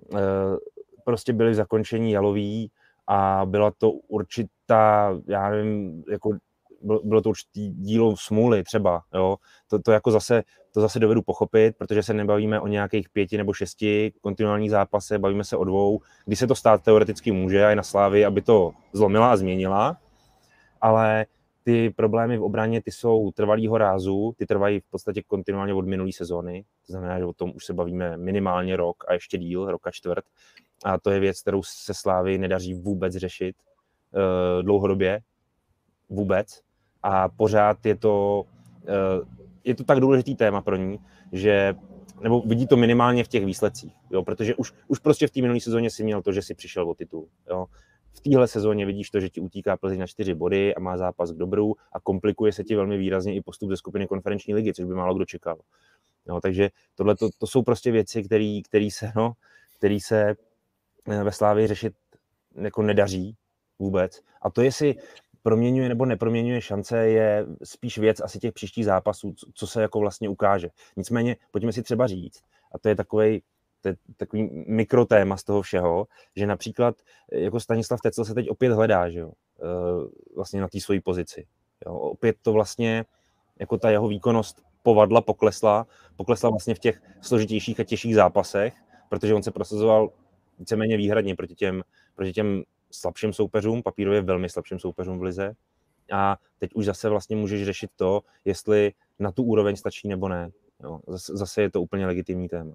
prostě byli v zakončení jalový a byla to určitá, já nevím, jako bylo to určitý dílo smůly třeba, jo. To, to jako zase, to zase dovedu pochopit, protože se nebavíme o nějakých pěti nebo šesti kontinuálních zápasech, bavíme se o dvou, kdy se to stát teoreticky může a je na Slávii, aby to zlomila a změnila, ale ty problémy v obraně, ty jsou trvalýho rázu, ty trvají v podstatě kontinuálně od minulé sezóny, to znamená, že o tom už se bavíme minimálně rok a ještě díl, rok a čtvrt, a to je věc, kterou se Slávii nedaří vůbec řešit uh, dlouhodobě, vůbec. A pořád je to, je to tak důležitý téma pro ní, že, nebo vidí to minimálně v těch výsledcích, jo, protože už, už prostě v té minulé sezóně si měl to, že si přišel o titul. Jo. V téhle sezóně vidíš to, že ti utíká Plzeň na čtyři body a má zápas k dobru a komplikuje se ti velmi výrazně i postup ze skupiny konferenční ligy, což by málo kdo čekal. Jo, takže tohle to, to jsou prostě věci, které se, no, který se ve Slávii řešit jako nedaří vůbec. A to, jestli proměňuje nebo neproměňuje šance, je spíš věc asi těch příštích zápasů, co se jako vlastně ukáže. Nicméně, pojďme si třeba říct, a to je takovej, to je takový mikrotéma z toho všeho, že například jako Stanislav Tecl se teď opět hledá, že jo, vlastně na té své pozici. Jo, opět to vlastně, jako ta jeho výkonnost povadla, poklesla, poklesla vlastně v těch složitějších a těžších zápasech, protože on se prosazoval víceméně výhradně proti těm, proti těm slabším soupeřům, papírově velmi slabším soupeřům v lize. A teď už zase vlastně můžeš řešit to, jestli na tu úroveň stačí nebo ne. Jo, zase, zase je to úplně legitimní téma.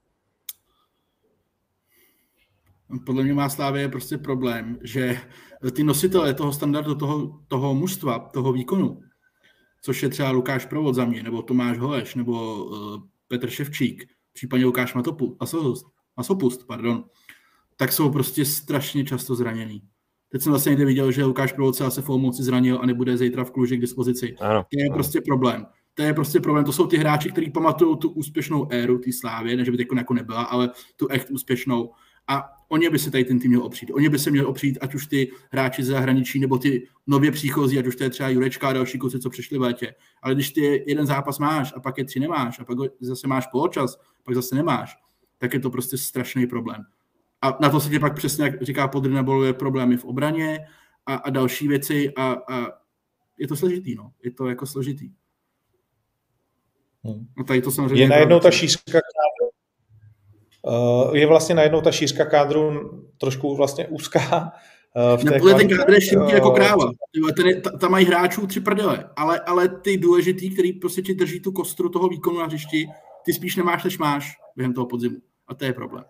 Podle mě má Slávie prostě problém, že ty nositelé toho standardu, toho, toho mužstva, toho výkonu, což je třeba Lukáš Provod za mě, nebo Tomáš Holeš, nebo uh, Petr Ševčík, případně Lukáš Matopust, Masopust, Masopust, pardon, tak jsou prostě strašně často zraněný. Teď jsem vlastně někde viděl, že Lukáš Provod se asi v Olomouci zranil a nebude zítra v Kluži k dispozici. Ano, to je ano. prostě problém. To je prostě problém. To jsou ty hráči, kteří pamatují tu úspěšnou éru té Slávie, ne že by teď jako nebyla, ale tu echt úspěšnou. A oni by se tady ten tým měl opřít. Oni by se měli opřít, ať už ty hráči ze zahraničí, nebo ty nově příchozí, ať už to je třeba Jurečka a další kluci, co přišli v létě. Ale když ty jeden zápas máš a pak je tři nemáš a pak zase máš poločas, pak zase nemáš, tak je to prostě strašný problém. A na to se tě pak přesně, jak říká Podryna, boluje problémy v obraně a, a další věci a, a je to složitý, no. Je to jako složitý. Hmm. No tady to samozřejmě... Je najednou ta šířka kádru, uh, je vlastně najednou ta šířka kádru trošku vlastně úzká. Uh, v té kvalitě, ten kádr je široký jako kráva. Tam mají hráčů tři prdele, ale, ale ty důležitý, který prostě ti drží tu kostru toho výkonu na hřišti, ty spíš nemáš, než máš během toho podzimu. A to je problém.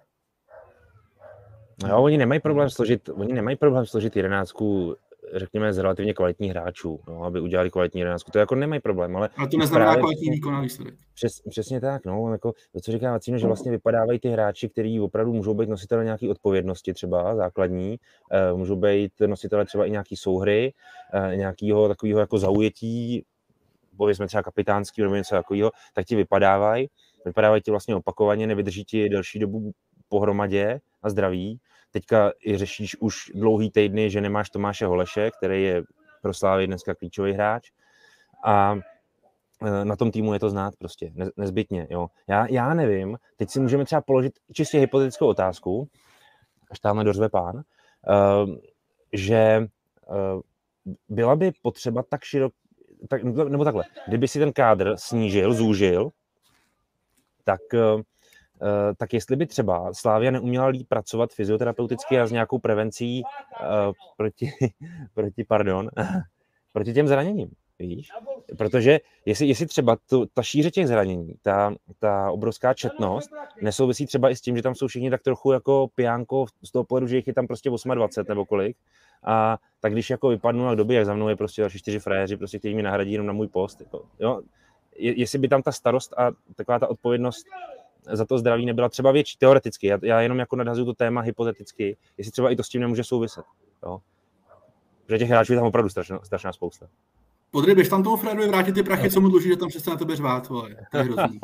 No jo, oni nemají problém složit, oni nemají problém složit jedenáctku, řekněme, z relativně kvalitních hráčů, no, aby udělali kvalitní jedenáctku. To jako nemají problém, ale... A to neznamená kvalitní výkon a výsledek. Přes, přesně tak, no, jako to, co říká Vacíno, že vlastně vypadávají ty hráči, kteří opravdu můžou být nositele nějaké odpovědnosti třeba základní, eh, můžou být nositele třeba i nějaký souhry, eh, nějakého takového jako zaujetí, povězme třeba kapitánský nebo něco takového, tak ti vypadávají, vypadávají ti vlastně opakovaně, nevydrží ti delší dobu pohromadě a zdraví. Teďka i řešíš už dlouhý týdny, že nemáš Tomáše Holeše, který je pro Slávy dneska klíčový hráč. A na tom týmu je to znát prostě, nezbytně. Jo. Já, já nevím, teď si můžeme třeba položit čistě hypotetickou otázku, až tamhle dořve pán, uh, že uh, byla by potřeba tak širok, tak, nebo takhle, kdyby si ten kádr snížil, zúžil, tak... Uh, Uh, tak jestli by třeba Slavia neuměla líp pracovat fyzioterapeuticky a s nějakou prevencí uh, proti, proti, pardon, proti těm zraněním, víš? Protože jestli, jestli třeba tu, ta šíře těch zranění, ta, ta obrovská četnost nesouvisí třeba i s tím, že tam jsou všichni tak trochu jako pijánko z toho pohledu, že jich je tam prostě dvacet osm nebo kolik, a tak když jako vypadnu na doby, jak za mnou je prostě další čtyři frajeři, prostě kteří mi nahradí jenom na můj post, jako, jo? Je, jestli by tam ta starost a taková ta odpovědnost za to zdraví nebyla třeba větší, teoreticky. Já, já jenom jako nadhazuju to téma hypoteticky, jestli třeba i to s tím nemůže souviset. Jo? Protože těch hráčů je tam opravdu strašná, strašná spousta. Podry, běž tam tomu Fredovi vrátit ty prachy, co mu dluží, že tam přestane tebe řvát, vole. To je hrozný.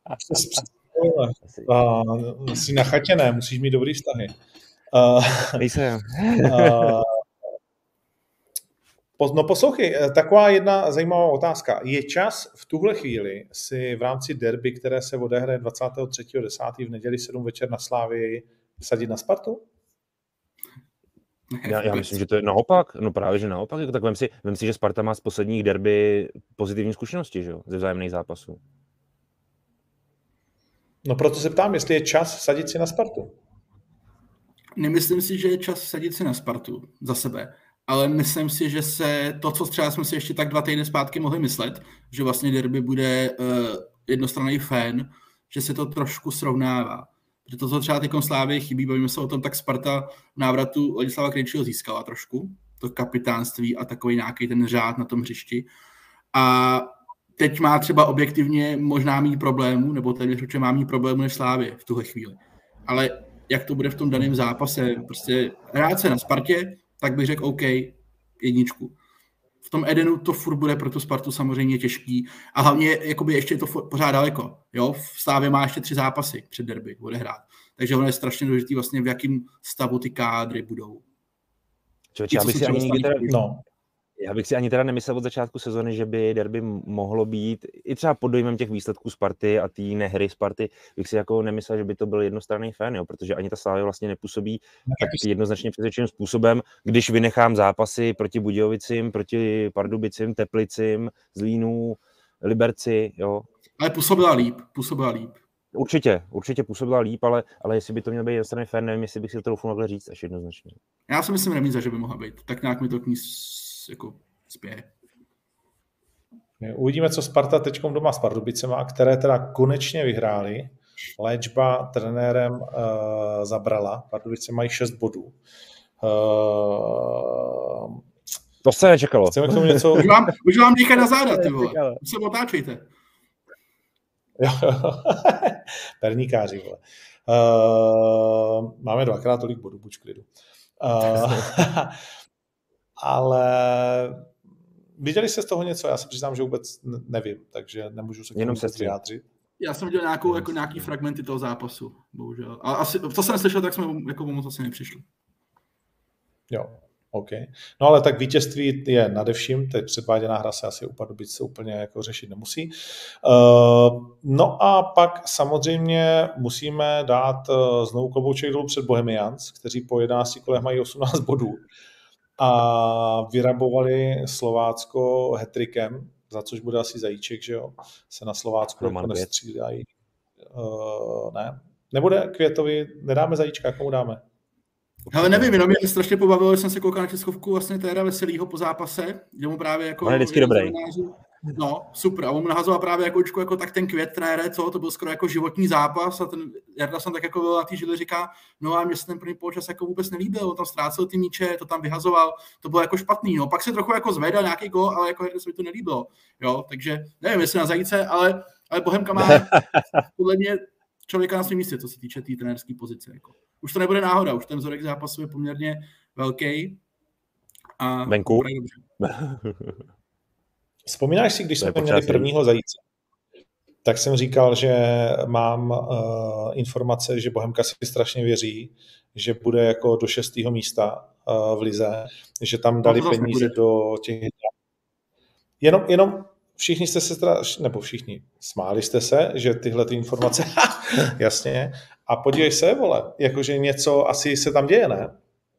Uh, jsi na chatě, ne, musíš mít dobrý vztahy. Uh, Nejsem. uh, No poslouchej, taková jedna zajímavá otázka. Je čas v tuhle chvíli si v rámci derby, které se odehraje dvacátého třetího desátého v neděli sedm večer na Slávii, sadit na Spartu? Já, já myslím, že to je naopak. No právě, že naopak. Jako tak vem si, vem si, že Sparta má z posledních derby pozitivní zkušenosti, že jo? Ze vzájemných zápasů. No proto se ptám, jestli je čas sadit si na Spartu. Nemyslím si, že je čas sadit si na Spartu za sebe. Ale myslím si, že se to, co třeba jsme si ještě tak dva týdny zpátky mohli myslet, že vlastně derby bude uh, jednostranný fan, že se to trošku srovnává. Protože to, co třeba teď Slávě chybí, bavíme se o tom, tak Sparta v návratu Ladislava Krejčího získala trošku, to kapitánství a takový nějaký ten řád na tom hřišti. A teď má třeba objektivně možná mít problémů, nebo téměř určitě má mít problémů než Slávě v tuhle chvíli. Ale jak to bude v tom daném zápase, prostě hrát se na Spartě, tak bych řekl OK, jedničku. V tom Edenu to furt bude pro tu Spartu samozřejmě těžký a hlavně jakoby ještě je to pořád daleko. Jo? V Slávě má ještě tři zápasy před derby odehrát. Takže ono je strašně důležitý vlastně, v jakém stavu ty kádry budou. Člověče, já bych si ani nikdy teda... No. Já bych si ani teda nemyslel od začátku sezony, že by derby mohlo být, i třeba pod dojmem těch výsledků Sparty a té nehry Sparty, bych si jako nemyslel, že by to byl jednostranný fan, jo, protože ani ta Slavia vlastně nepůsobí tak jednoznačně přesvědčeným způsobem, když vynechám zápasy proti Budějovicím, proti Pardubicím, Teplicím, Zlínu, Liberci, jo. Ale působila líp, působila líp. Určitě, určitě působila líp, ale, ale jestli by to měl být jednostranný fan, nevím, jestli bych si to troufl takhle říct až jednoznačně. Já si myslím, remíza, že by mohla být. Tak nějak mi to k ní jako spěje. Uvidíme, co Sparta teďkom doma s Pardubicema, které teda konečně vyhráli. Léčba trenérem uh, zabrala. Pardubice mají šest bodů. Uh, to se nečekalo. Chceme k tomu něco... Už vám, už vám dýchá na záda, ty vole. Už se otáčejte. Jo, perníkáři, vole. Uh, máme dvakrát tolik bodů, buď v klidu. Uh, ale viděli jste z toho něco? Já se přiznám, že vůbec nevím, takže nemůžu se k tomu vůbec vyjádřit. Já jsem viděl nějakou, jako nějaký fragmenty toho zápasu, bohužel. A asi, co jsem neslyšel, tak jsme jako moc asi nepřišli. Jo, OK. No ale tak vítězství je nadevším, teď předváděná hra se asi u Pardubic úplně jako řešit nemusí. Uh, no a pak samozřejmě musíme dát uh, znovu klobouček dolů před Bohemians, kteří po jedenácti kolech mají osmnáct bodů a vyrabovali Slovácko hat-trickem, za což bude asi Zajíček, že jo, se na Slovácku jako nestřídají. Uh, ne, nebude Květovi, nedáme Zajíčka, komu dáme? Ale nevím, jenom mě strašně pobavilo, že jsem se koukal na tiskovku vlastně Téra Veselýho po zápase, kde mu právě jako... On je vždycky dobrý. No, super. A on mu nahazoval právě jako očku, jako tak ten Květ trenére, co, to byl skoro jako životní zápas a ten Jarda jsem tak jako byl na té židli, říká, no a mě se ten první poločas jako vůbec nelíbil, on tam ztrácel ty míče, to tam vyhazoval, to bylo jako špatný, no. Pak se trochu jako zvedal nějaký gól, ale jako Jarda se mi to nelíbilo, jo, takže nevím, jestli na Zajíce, ale, ale Bohemka má podle mě člověka na svém místě, co se týče té tý trenérské pozice, jako. Už to nebude náhoda, už ten vzorek zápasu je poměrně velký. A venku. Vzpomínáš si, když jsme měli prvního Zajíce, tak jsem říkal, že mám uh, informace, že Bohemka si strašně věří, že bude jako do šestého místa uh, v lize, že tam dali no, peníze do těch... Jenom, jenom všichni jste se strašně, nebo všichni, smáli jste se, že tyhle ty informace, jasně, a podívej se, vole, jakože něco asi se tam děje, ne?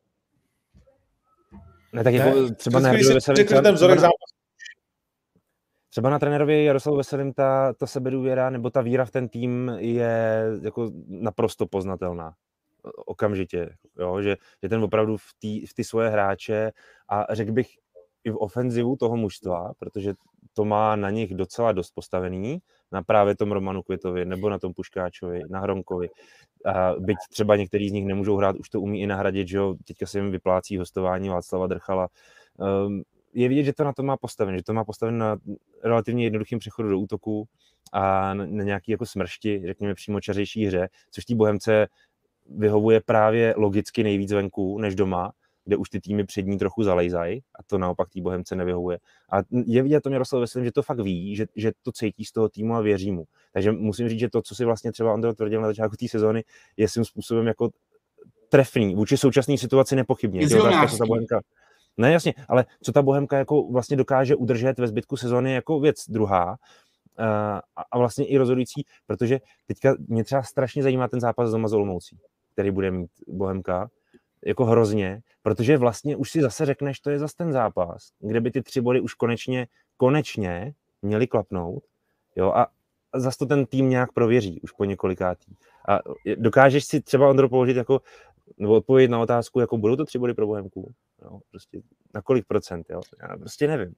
Ne, tak jako ne? třeba ne, řekl, ten vzorek zápasu. Třeba na trenérovi Jaroslavu Veselým ta, ta sebedůvěra nebo ta víra v ten tým je jako naprosto poznatelná. Okamžitě. Jo? Že, že ten opravdu v, tý, v ty svoje hráče a řekl bych i v ofenzivu toho mužstva, protože to má na nich docela dost postavený, na právě tom Romanu Květovi nebo na tom Puškáčovi, na Hromkovi. A byť třeba některý z nich nemůžou hrát, už to umí i nahradit, že jo? Teďka se jim vyplácí hostování Václava Drchala. Um, je vidět, že to na to má postaven, že to má postaven na relativně jednoduchým přechodu do útoku a na, na nějaký jako smršti, řekněme přímočařejší hře, což té Bohemce vyhovuje právě logicky nejvíc venku než doma, kde už ty týmy před ní trochu zalejzají a to naopak té Bohemce nevyhovuje. A je vidět to Miroslav Veselý, že to fakt ví, že, že to cítí z toho týmu a věří mu. Takže musím říct, že to, co si vlastně třeba Ondro tvrdil na začátku té sezóny, je svým způsobem jako trefný. Vůči současné situaci nepochybně. Ne, jasně, ale co ta Bohemka jako vlastně dokáže udržet ve zbytku sezóny jako věc druhá a, a vlastně i rozhodující, protože teďka mě třeba strašně zajímá ten zápas doma s Olomoucí, který bude mít Bohemka, jako hrozně, protože vlastně už si zase řekneš, to je zase ten zápas, kde by ty tři body už konečně, konečně měli klapnout, jo, a zase to ten tým nějak prověří už po několikátý. A dokážeš si třeba, Ondro, položit jako, nebo odpovědět na otázku, jako budou to tři body pro Bohemku? Jo, prostě na kolik procent, jo? Já prostě nevím.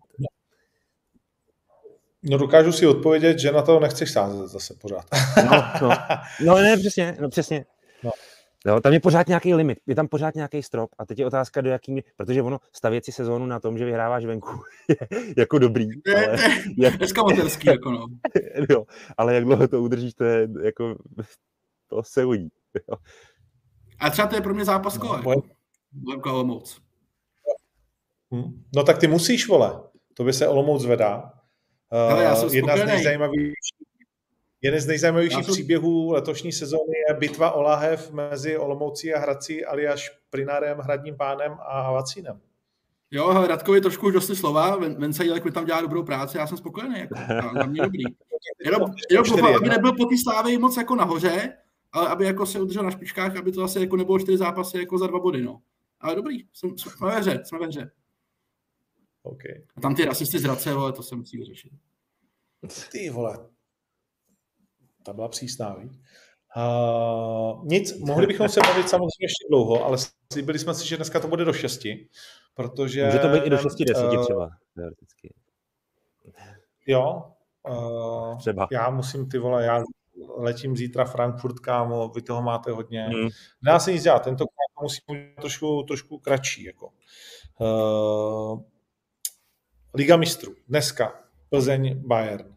No dokážu si odpovědět, že na to nechceš sázet zase pořád. No, no. no ne, přesně, no přesně. No. No, tam je pořád nějaký limit, je tam pořád nějaký strop a teď je otázka, do jaký, protože ono stavět si sezónu na tom, že vyhráváš venku, je jako dobrý. Ale jak... Eskamoterský, jako no. Jo, ale jak dlouho to udržíš, to je jako, to se uvidí. Jo. A třeba to je pro mě zápas kola. No, jako Olomouc. Hmm. No tak ty musíš, vole. To by se Olomouc zvedá. Ale já jsem Jedna z nejzajímavějších Jeden z nejzajímavějších jsem... příběhů letošní sezóny je bitva o lahev mezi Olomoucí a Hradcí alias Prinárem, Hradním Pánem a Vacínem. Jo, Radkovi trošku už dosti slova, Vence Jílek mi tam dělá dobrou práci, já jsem spokojený, jako, za mě dobrý. Jenom, jenom doufám, aby nebyl po té Slávii moc jako nahoře, ale aby jako se udržel na špičkách, aby to zase jako nebylo čtyři zápasy jako za dva body, no. Ale dobrý, jsme, jsme ve hře, jsme ve hře. Okay. A tam ty rasisty z Hradce, vole, to se musí vyřešit. Ty vole. Ta byla přísná, víc. Uh, nic, mohli bychom se bavit samozřejmě ještě dlouho, ale slíbili jsme si, že dneska to bude do šesti, protože... Může to být i do šesti deseti uh, třeba, teoreticky. Jo. Uh, třeba. Já musím, ty vole, já letím zítra Frankfurt, kámo, vy toho máte hodně. Hmm. Nedá se nic dělat, tentokrát musím být trošku, trošku kratší, jako. Uh, Liga mistrů, dneska, Plzeň, Bayern.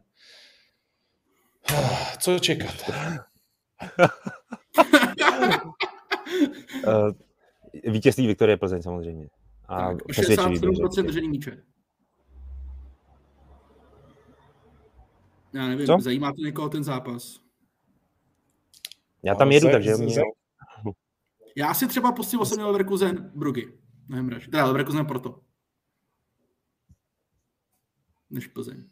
Co čekat? uh, vítězství Viktorie Plzeň samozřejmě. A šedesát sedm procent držení míče. Já nevím, co? Zajímá to někoho ten zápas? Já tam jedu, takže mě... Já si třeba pustím osobně Leverkusen Bruggy. Nevím, teda Leverkusen Porto. Než Plzeň.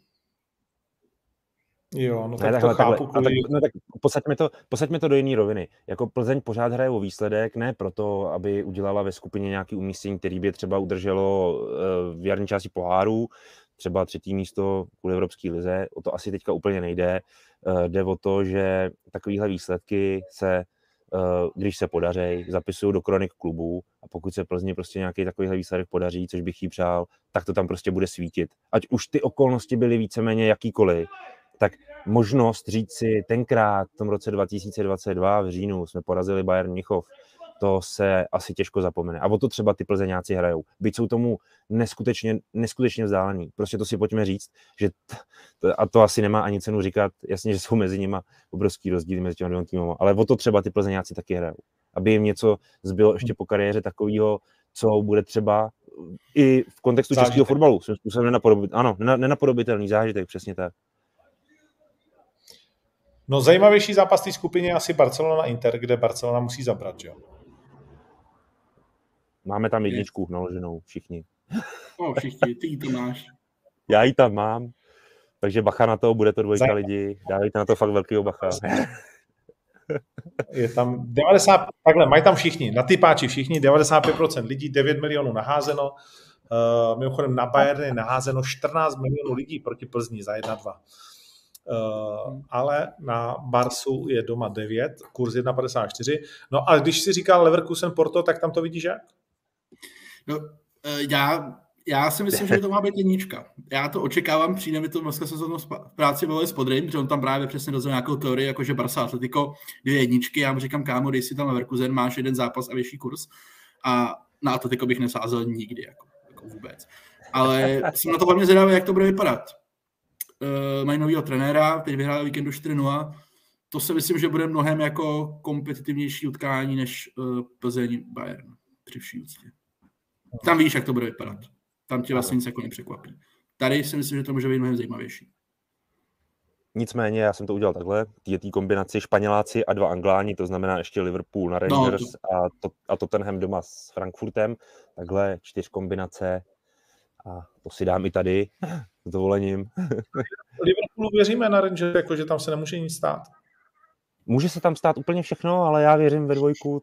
Jo, no tak ne, to takhle, chápu. Takhle. Kvůli... No tak posaďme to, posaďme to do jiné roviny. Jako Plzeň pořád hraje o výsledek, ne proto, aby udělala ve skupině nějaké umístění, který by třeba udrželo v jarní části poháru, třeba třetí místo kvůli Evropské lize, o to asi teďka úplně nejde. Jde o to, že takovéhle výsledky se, když se podaří, zapisují do kronik klubů a pokud se Plzni prostě nějaký takovýhle výsledek podaří, což bych jí přál, tak to tam prostě bude svítit. Ať už ty okolnosti byly víceméně jakýkoliv, tak možnost říct si tenkrát v tom roce dva tisíce dvacet dva v říjnu jsme porazili Bayern Mnichov, to se asi těžko zapomene. A o to třeba ty Plzeňáci hrajou. Byť jsou tomu neskutečně, neskutečně vzdálení. Prostě to si pojďme říct, že t, t, a to asi nemá ani cenu říkat, jasně, že jsou mezi nima obrovský rozdíly mezi těmi dvěma týmy, ale o to třeba ty Plzeňáci taky hrajou. Aby jim něco zbylo ještě po kariéře takového, co bude třeba i v kontextu zážitek českého fotbalu. Svým způsobem nenapodobit, ano, nenapodobitelný zážitek, přesně tak. No zajímavější zápas té skupině je asi Barcelona-Inter, kde Barcelona musí zabrat, jo? Máme tam jedničku naloženou, všichni. No, všichni, ty ji to máš. Já ji tam mám, takže bacha na to, bude to dvojka Zaj... lidí, dávejte na to fakt velkýho bacha. Je tam devadesát, takhle, mají tam všichni, na typáči všichni, devadesát pět procent lidí, devět milionů naházeno, uh, mimochodem na Bayern je naházeno čtrnáct milionů lidí proti Plzni za jedna dva. Uh, ale na Barsu je doma devět, kurz jedna padesát čtyři. No a když si říkal Leverkusen Porto, tak tam to vidíš jak? No, já, já si myslím, že to má být jednička. Já to očekávám, přijde mi to dneska se v práci bavili s Podrym, že on tam právě přesně dozvěděl nějakou teorii, jakože Barsa Atletico, dvě jedničky, já mu říkám, kámo, dej si tam Leverkusen, máš jeden zápas a větší kurz. A na Atletico bych nesázel nikdy, jako, jako vůbec. Ale jsem na to hlavně zvědavý, jak to bude vypadat. Uh, mají novýho trenéra, teď vyhráli víkendu čtyři nula. To si myslím, že bude mnohem jako kompetitivnější utkání než uh, Plzeň Bayern při vší úctě. Tam víš, jak to bude vypadat. Tam tě vlastně nic jako nepřekvapí. Tady si myslím, že to může být mnohem zajímavější. Nicméně já jsem to udělal takhle, je tý kombinaci Španěláci a dva Angláni, to znamená ještě Liverpool na Rangers no, to... a, to, a Tottenham doma s Frankfurtem, takhle čtyř kombinace a to si dám i tady s dovolením. Liverpoolu věříme na Rangers, jako že tam se nemůže nic stát. Může se tam stát úplně všechno, ale já věřím ve dvojku.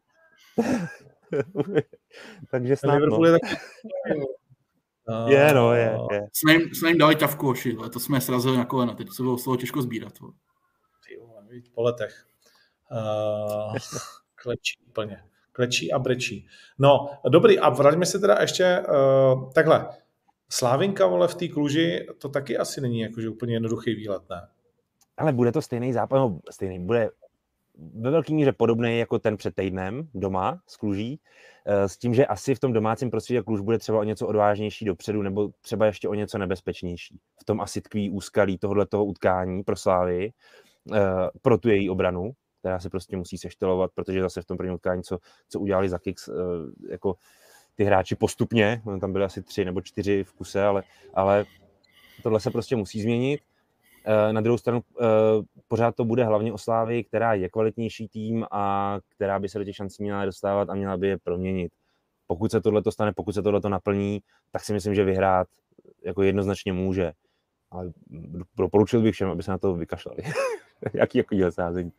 Takže snad Liverpool no. je taky... Je, no, je, je. Jsme jim, jsme jim dali ťavku, hoši, to jsme srazili na kolena, teď se bylo z toho těžko sbírat. Po letech. Uh, klečí úplně. Klečí a brečí. No, dobrý, a vraťme se teda ještě uh, takhle. Slávinka, vole, v té Kluži, to taky asi není jakože úplně jednoduchý výlet, ne? Ale bude to stejný zápas, no, stejný, bude ve velké míře podobný jako ten před týdnem doma z Kluží, s tím, že asi v tom domácím prostředí Kluž bude třeba o něco odvážnější dopředu, nebo třeba ještě o něco nebezpečnější. V tom asi tkví úskalí tohoto utkání pro Slávy, pro tu její obranu, která se prostě musí seštelovat, protože zase v tom prvním utkání, co, co udělali za Kicks, jako ty hráči postupně, tam byly asi tři nebo čtyři v kuse, ale, ale tohle se prostě musí změnit. Na druhou stranu pořád to bude hlavně o Slávii, která je kvalitnější tým a která by se do těch šancí měla dostávat a měla by je proměnit. Pokud se tohleto stane, pokud se tohleto naplní, tak si myslím, že vyhrát jako jednoznačně může. Ale doporučil bych všem, aby se na to vykašlali. Jaký jako díl sázení.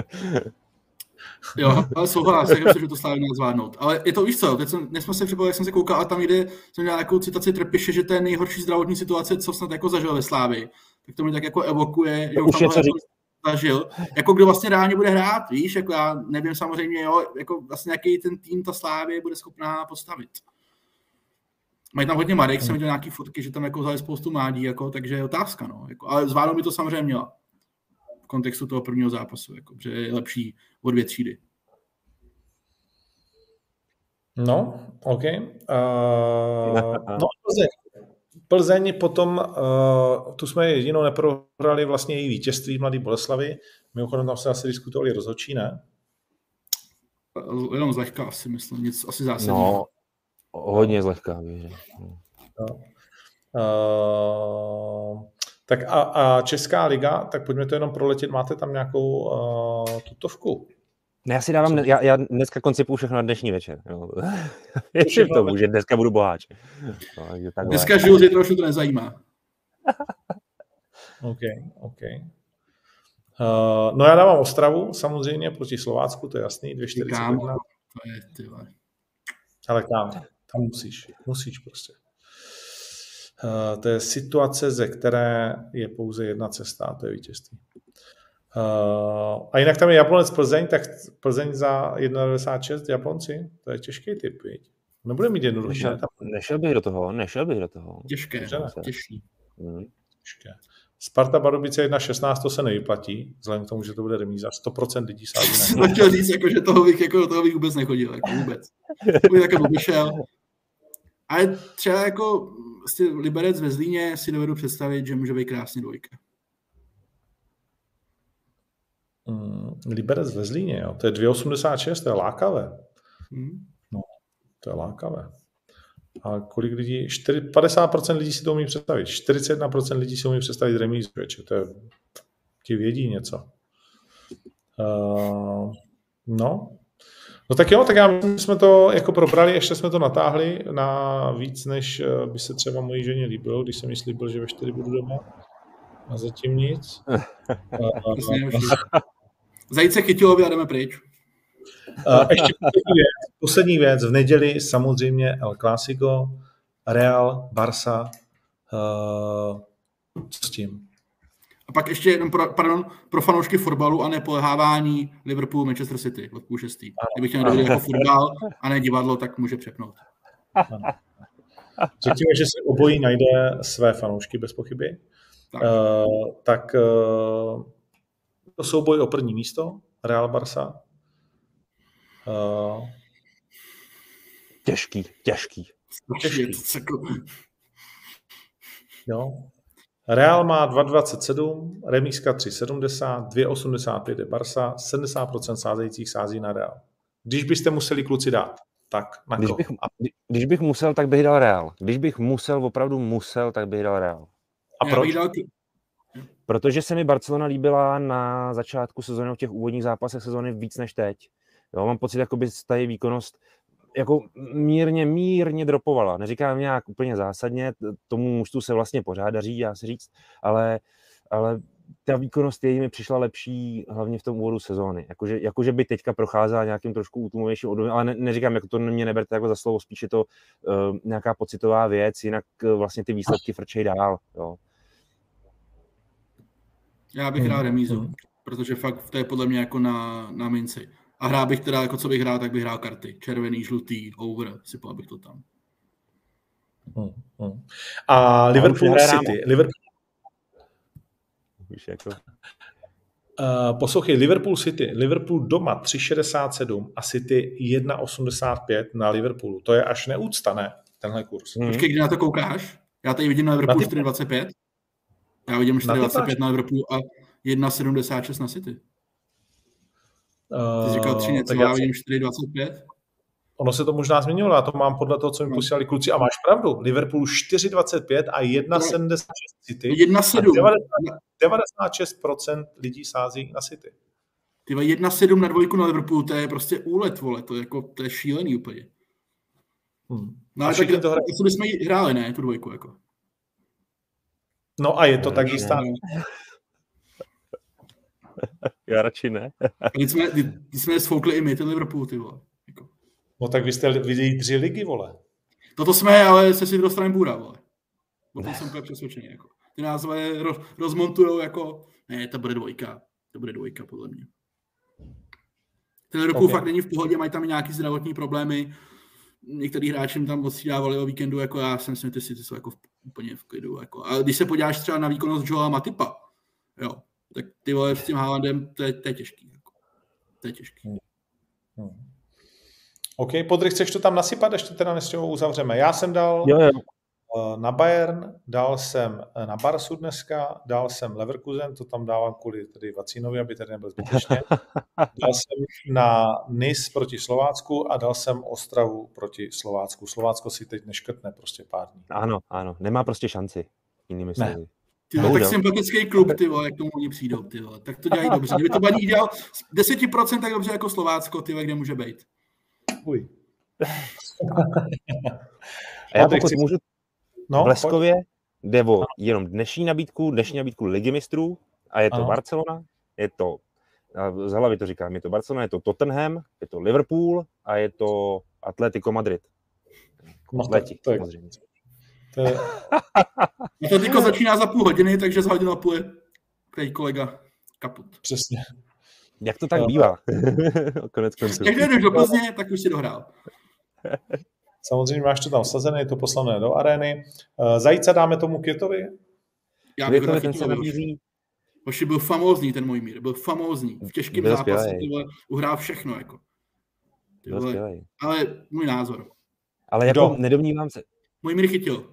Jo, ale souhlas, jak myslím, že to Slávy měl zvládnout. Ale je to, víš co, teď jsem, dnes jsem se připravil, jak jsem se koukal a tam jde, jsem dělal nějakou citaci Trpiše, že to je nejhorší zdravotní situace, co snad jako zažil ve Slávii. Tak to mi tak jako evokuje, že už tam jako zažil. Jako kdo vlastně reálně bude hrát, víš, jako já nevím samozřejmě, jo, jako vlastně jaký ten tým ta Slávie bude schopná postavit. Mají tam hodně mladých, jsem viděl nějaký fotky, že tam jako vzali spoustu mládí, jako, takže je otázka, no. Jako, ale zvládnou by to samozřejmě měla. V kontextu toho prvního zápasu, jako, že je lepší o dvě třídy. No, OK. Uh, no, Plzeň. Plzeň potom, uh, tu jsme jedinou neprohrali vlastně její vítězství Mladý Boleslavy. Mimochodem tam se asi diskutovali rozhodčí, ne? Jenom zlehka asi, myslím, nic asi zásadního. No, hodně zlehka, víš. No. Uh, tak a, a Česká liga, tak pojďme to jenom proletět. Máte tam nějakou uh, tutovku? Ne, já si dávám, já, já dneska koncipuju všechno na dnešní večer. Věřím tomu, že dneska budu boháč. No, dneska žiju, zítra už to nezajímá. OK, OK. Uh, no já dávám Ostravu, samozřejmě, proti Slovácku, to je jasný, dvě čtyřicet jedna. To je, ty vole. Ale tam, tam musíš, musíš prostě. Uh, to je situace, ze které je pouze jedna cesta, a to je vítězství. Uh, a jinak tam je Jablonec Plzeň, tak Plzeň za devadesát jedna šest Jablonci, to je těžký typ, viď? Nebude mít jednoduché. Nešel, nešel bych do toho, nešel bych do toho. Těžké, těžší. Hmm. Těžké. Sparta Pardubice jedna šestnáct, to se nevyplatí, vzhledem k tomu, že to bude remíza. sto procent lidí sází na to. Chtěl říct, jako, že toho bych, jako, toho bych vůbec nechodil, jako vůbec. To bych také vyšel. Ale třeba jako Liberec ve Zlíně si dovedu představit, že může být krásně dvojka. Hmm, Liberec ve Zlíně, jo. To je dvě osmdesát šest, to je lákavé. Hmm. No, to je lákavé. A kolik lidí? čtyři, padesát procent lidí si to umí představit. čtyřicet jedna procent lidí si umí představit remízu. To je, ti vědí něco. Uh, no. No tak jo, tak já myslím, že jsme to jako probrali, ještě jsme to natáhli na víc, než by se třeba mojí ženě líbilo, když jsem jí slíbil, že ve čtyři budu doma. A zatím nic. Zajít se chytilo, a jdeme pryč. Uh, ještě poslední věc, poslední věc. V neděli samozřejmě El Clásico, Real, Barça. Uh, co s tím? A pak ještě jenom pro, pardon, pro fanoušky fotbalu a nepolehávání Liverpool, Manchester City od půl šestý. Kdybych chtěl dovolit jako fotbal a ne divadlo, tak může přepnout. Řekněme, že se obojí najde své fanoušky bez pochyby. Tak, uh, tak uh, to souboj o první místo, Real Barça. Uh, těžký, těžký. těžký. Jo. Real má dva dvacet sedm, remízka tři sedmdesát, dva osmdesát pět je Barsa, sedmdesát procent sázejících sází na Real. Když byste museli kluci dát, tak na Když koho? bych, když bych musel, tak bych dal Real. Když bych musel, opravdu musel, tak bych dal Real. A proč? Dal... Protože se mi Barcelona líbila na začátku sezóny, v těch úvodních zápasech sezóny víc než teď. Jo, mám pocit, jakoby ta výkonnost jako mírně, mírně dropovala. Neříkám nějak úplně zásadně, tomu mužstvu se vlastně pořád daří, dá se říct, ale, ale ta výkonnost její mi přišla lepší hlavně v tom úvodu sezóny. Jakože, jakože by teďka procházela nějakým trošku útlumovějším obdobím, ale ne, neříkám, jako to mě neberte jako za slovo, spíš je to uh, nějaká pocitová věc, jinak uh, vlastně ty výsledky frčejí dál. Jo. Já bych hrál remízu, protože fakt to je podle mě jako na, na minci. A hrál bych teda, jako co bych hrál, tak bych hrál karty. Červený, žlutý, over, sypal bych to tam. Hmm, hmm. A Liverpool City. Liverpool... Už jako... Uh, poslouchej, Liverpool City. Liverpool doma tři šedesát sedm a City jedna osmdesát pět na Liverpoolu. To je až neúcta, ne? Tenhle kurz. Hmm. Počkej, kdy na to koukáš? Já tady vidím na Liverpool na čtyři dvacet pět. Já vidím čtyři dvacet pět na, na Liverpool a jedna sedmdesát šest na City. Ty jsi říkal tři něco, já vidím čtyři dvacet pět. Ono se to možná změnilo, já to mám podle toho, co mi posílali kluci a máš pravdu. Liverpool čtyři dvacet pět a jedna sedmdesát šest City. jedna sedm. devadesát šest procent lidí sází na City. Ty jedna sedm na dvojku na Liverpoolu, to je prostě úlet, vole, to je, jako, to je šílený úplně. Hmm. No ale tak to hra... co bychom jí hráli, ne, tu dvojku, jako. No a je to tak jistá. Já radši ne. Když jsme, když jsme sfoukli i my ten Liverpool, ty vole. Jako. No tak vy jste viděli tři ligy, vole. Toto jsme, ale se si dostaneme bůra, vole. O tom jsem úplně přesvědčený, jako. Ty nás roz, rozmontujou jako, ne, to bude dvojka. To bude dvojka, podle mě. Ten Liverpool okay. fakt není v pohodě, mají tam nějaký zdravotní problémy. Některý hráči jim tam odstřídávali o víkendu, jako já jsem si, ty si ty jsou jako v, úplně v klidu. Jako. A když se podíváš třeba na výkonnost Joela Matipa, jo, tak ty vole s tím Haalandem, to je, to je těžký. Jako. To je těžký. Hmm. Hmm. OK, Podry, chceš to tam nasypat, ještě teda než ho uzavřeme. Já jsem dal jo, jo. na Bayern, dal jsem na Barsu dneska, dal jsem Leverkusen, to tam dávám kvůli tedy Vacínovi, aby tady nebyl zbytečně. Dal jsem na Nice proti Slovácku a dal jsem Ostravu proti Slovácku. Slovácko si teď neškrtne prostě pár dní. Ano, ano, nemá prostě šanci. Jinými slovy. Ty vole, tak sympatický klub, ty vole, jak tomu oni přijdou, ty vole. Tak to dělají dobře. Kdyby to Baník dělal deset procent tak dobře jako Slovácko, ty vole, kde může být. Uj. A já pokud můžu no, v Leskově jde o jenom dnešní nabídku, dnešní nabídku Ligy mistrů a je to ano. Barcelona, je to, z hlavy to říkám, je to Barcelona, je to Tottenham, je to Liverpool a je to Atletico Madrid. No, Leti, to je, samozřejmě. To je... Atletico začíná za půl hodiny, takže za hodinu a půl je kolega kaput. Přesně. Jak to tak no, bývá? Konec konců. Jak jdeš do Plzně, tak už si dohrál. Samozřejmě máš to tam sazené, je to poslané do arény. Zajíca dáme tomu Květovi? Já bych to ten se nabízí. Hoši byl famózní ten můj mír, byl famózní. V těžkém zápase tyhle, uhrál všechno. Jako. Tyhle, ale můj názor. Ale jako Do. nedomnívám se. Můj mír chytil.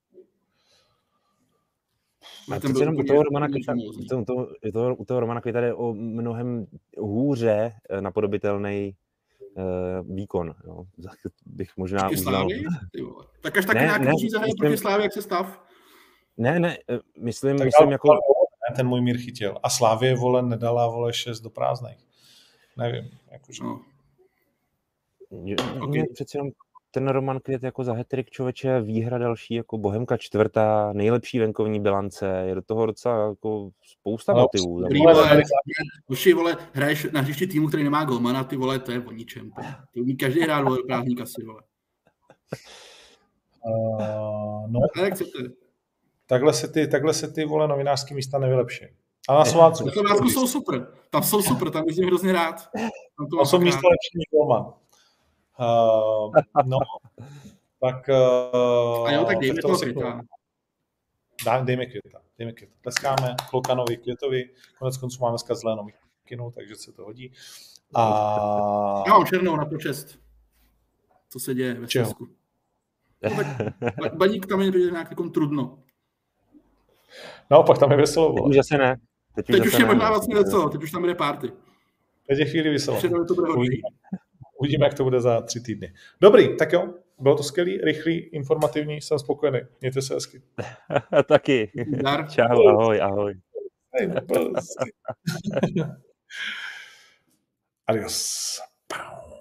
A přece jenom u toho Romana Květa, to, to, to, u toho Romana Květa jde o mnohem hůře napodobitelný uh, výkon. Jo. Bych možná uznal. Tak až taky ne, nějaký musí zahrát proti Slávě, jak se stav? Ne, ne, myslím, tak myslím jako... Ten můj mír chytil. A Slávě, vole, nedala, vole, šest do prázdných. Nevím, jakože... No. Okay. Přece jenom ten Roman Květ jako za hat-trick, člověče, výhra další, jako Bohemka čtvrtá, nejlepší venkovní bilance, je do toho docela jako spousta no, motivů. Dobrý, vole, vole, vole, hraješ na hřišti týmu, který nemá golmana, ty vole, to je o ničem. Ty umí každý hrát, vole, do prázdník asi, vole. Uh, no. A jak chcete? Takhle se ty, takhle se ty, vole, novinářský místa nevylepší. A na Slovácku? Na Slovácku jsou super. Tam jsou super, tam bych hrozně rád. Tam, tam jsou místa lepší než golman. Uh, no, tak... Uh, a jo, tak dejme toho Květa. Dá, dejme Květa, dejme Květa. Tleskáme Klokanovi, Květovi, konec konců máme dneska zelenou mikinu, takže se to hodí. A... Já mám černou na počest. Co se děje ve Česku. No, Baník tam je nějak takový trudno. Naopak, tam je veselo. Teď už zase ne. Teď už, teď už je možná vlastně veselo, teď už tam jde party. Teď je chvíli veselo. To bude uvidíme, uvidíme, jak to bude za tři týdny. Dobrý, tak jo. Bylo to skvělý, rychlý, informativní, jsem spokojený. Mějte se hezky. Taky. Čau, ahoj, ahoj. Adios.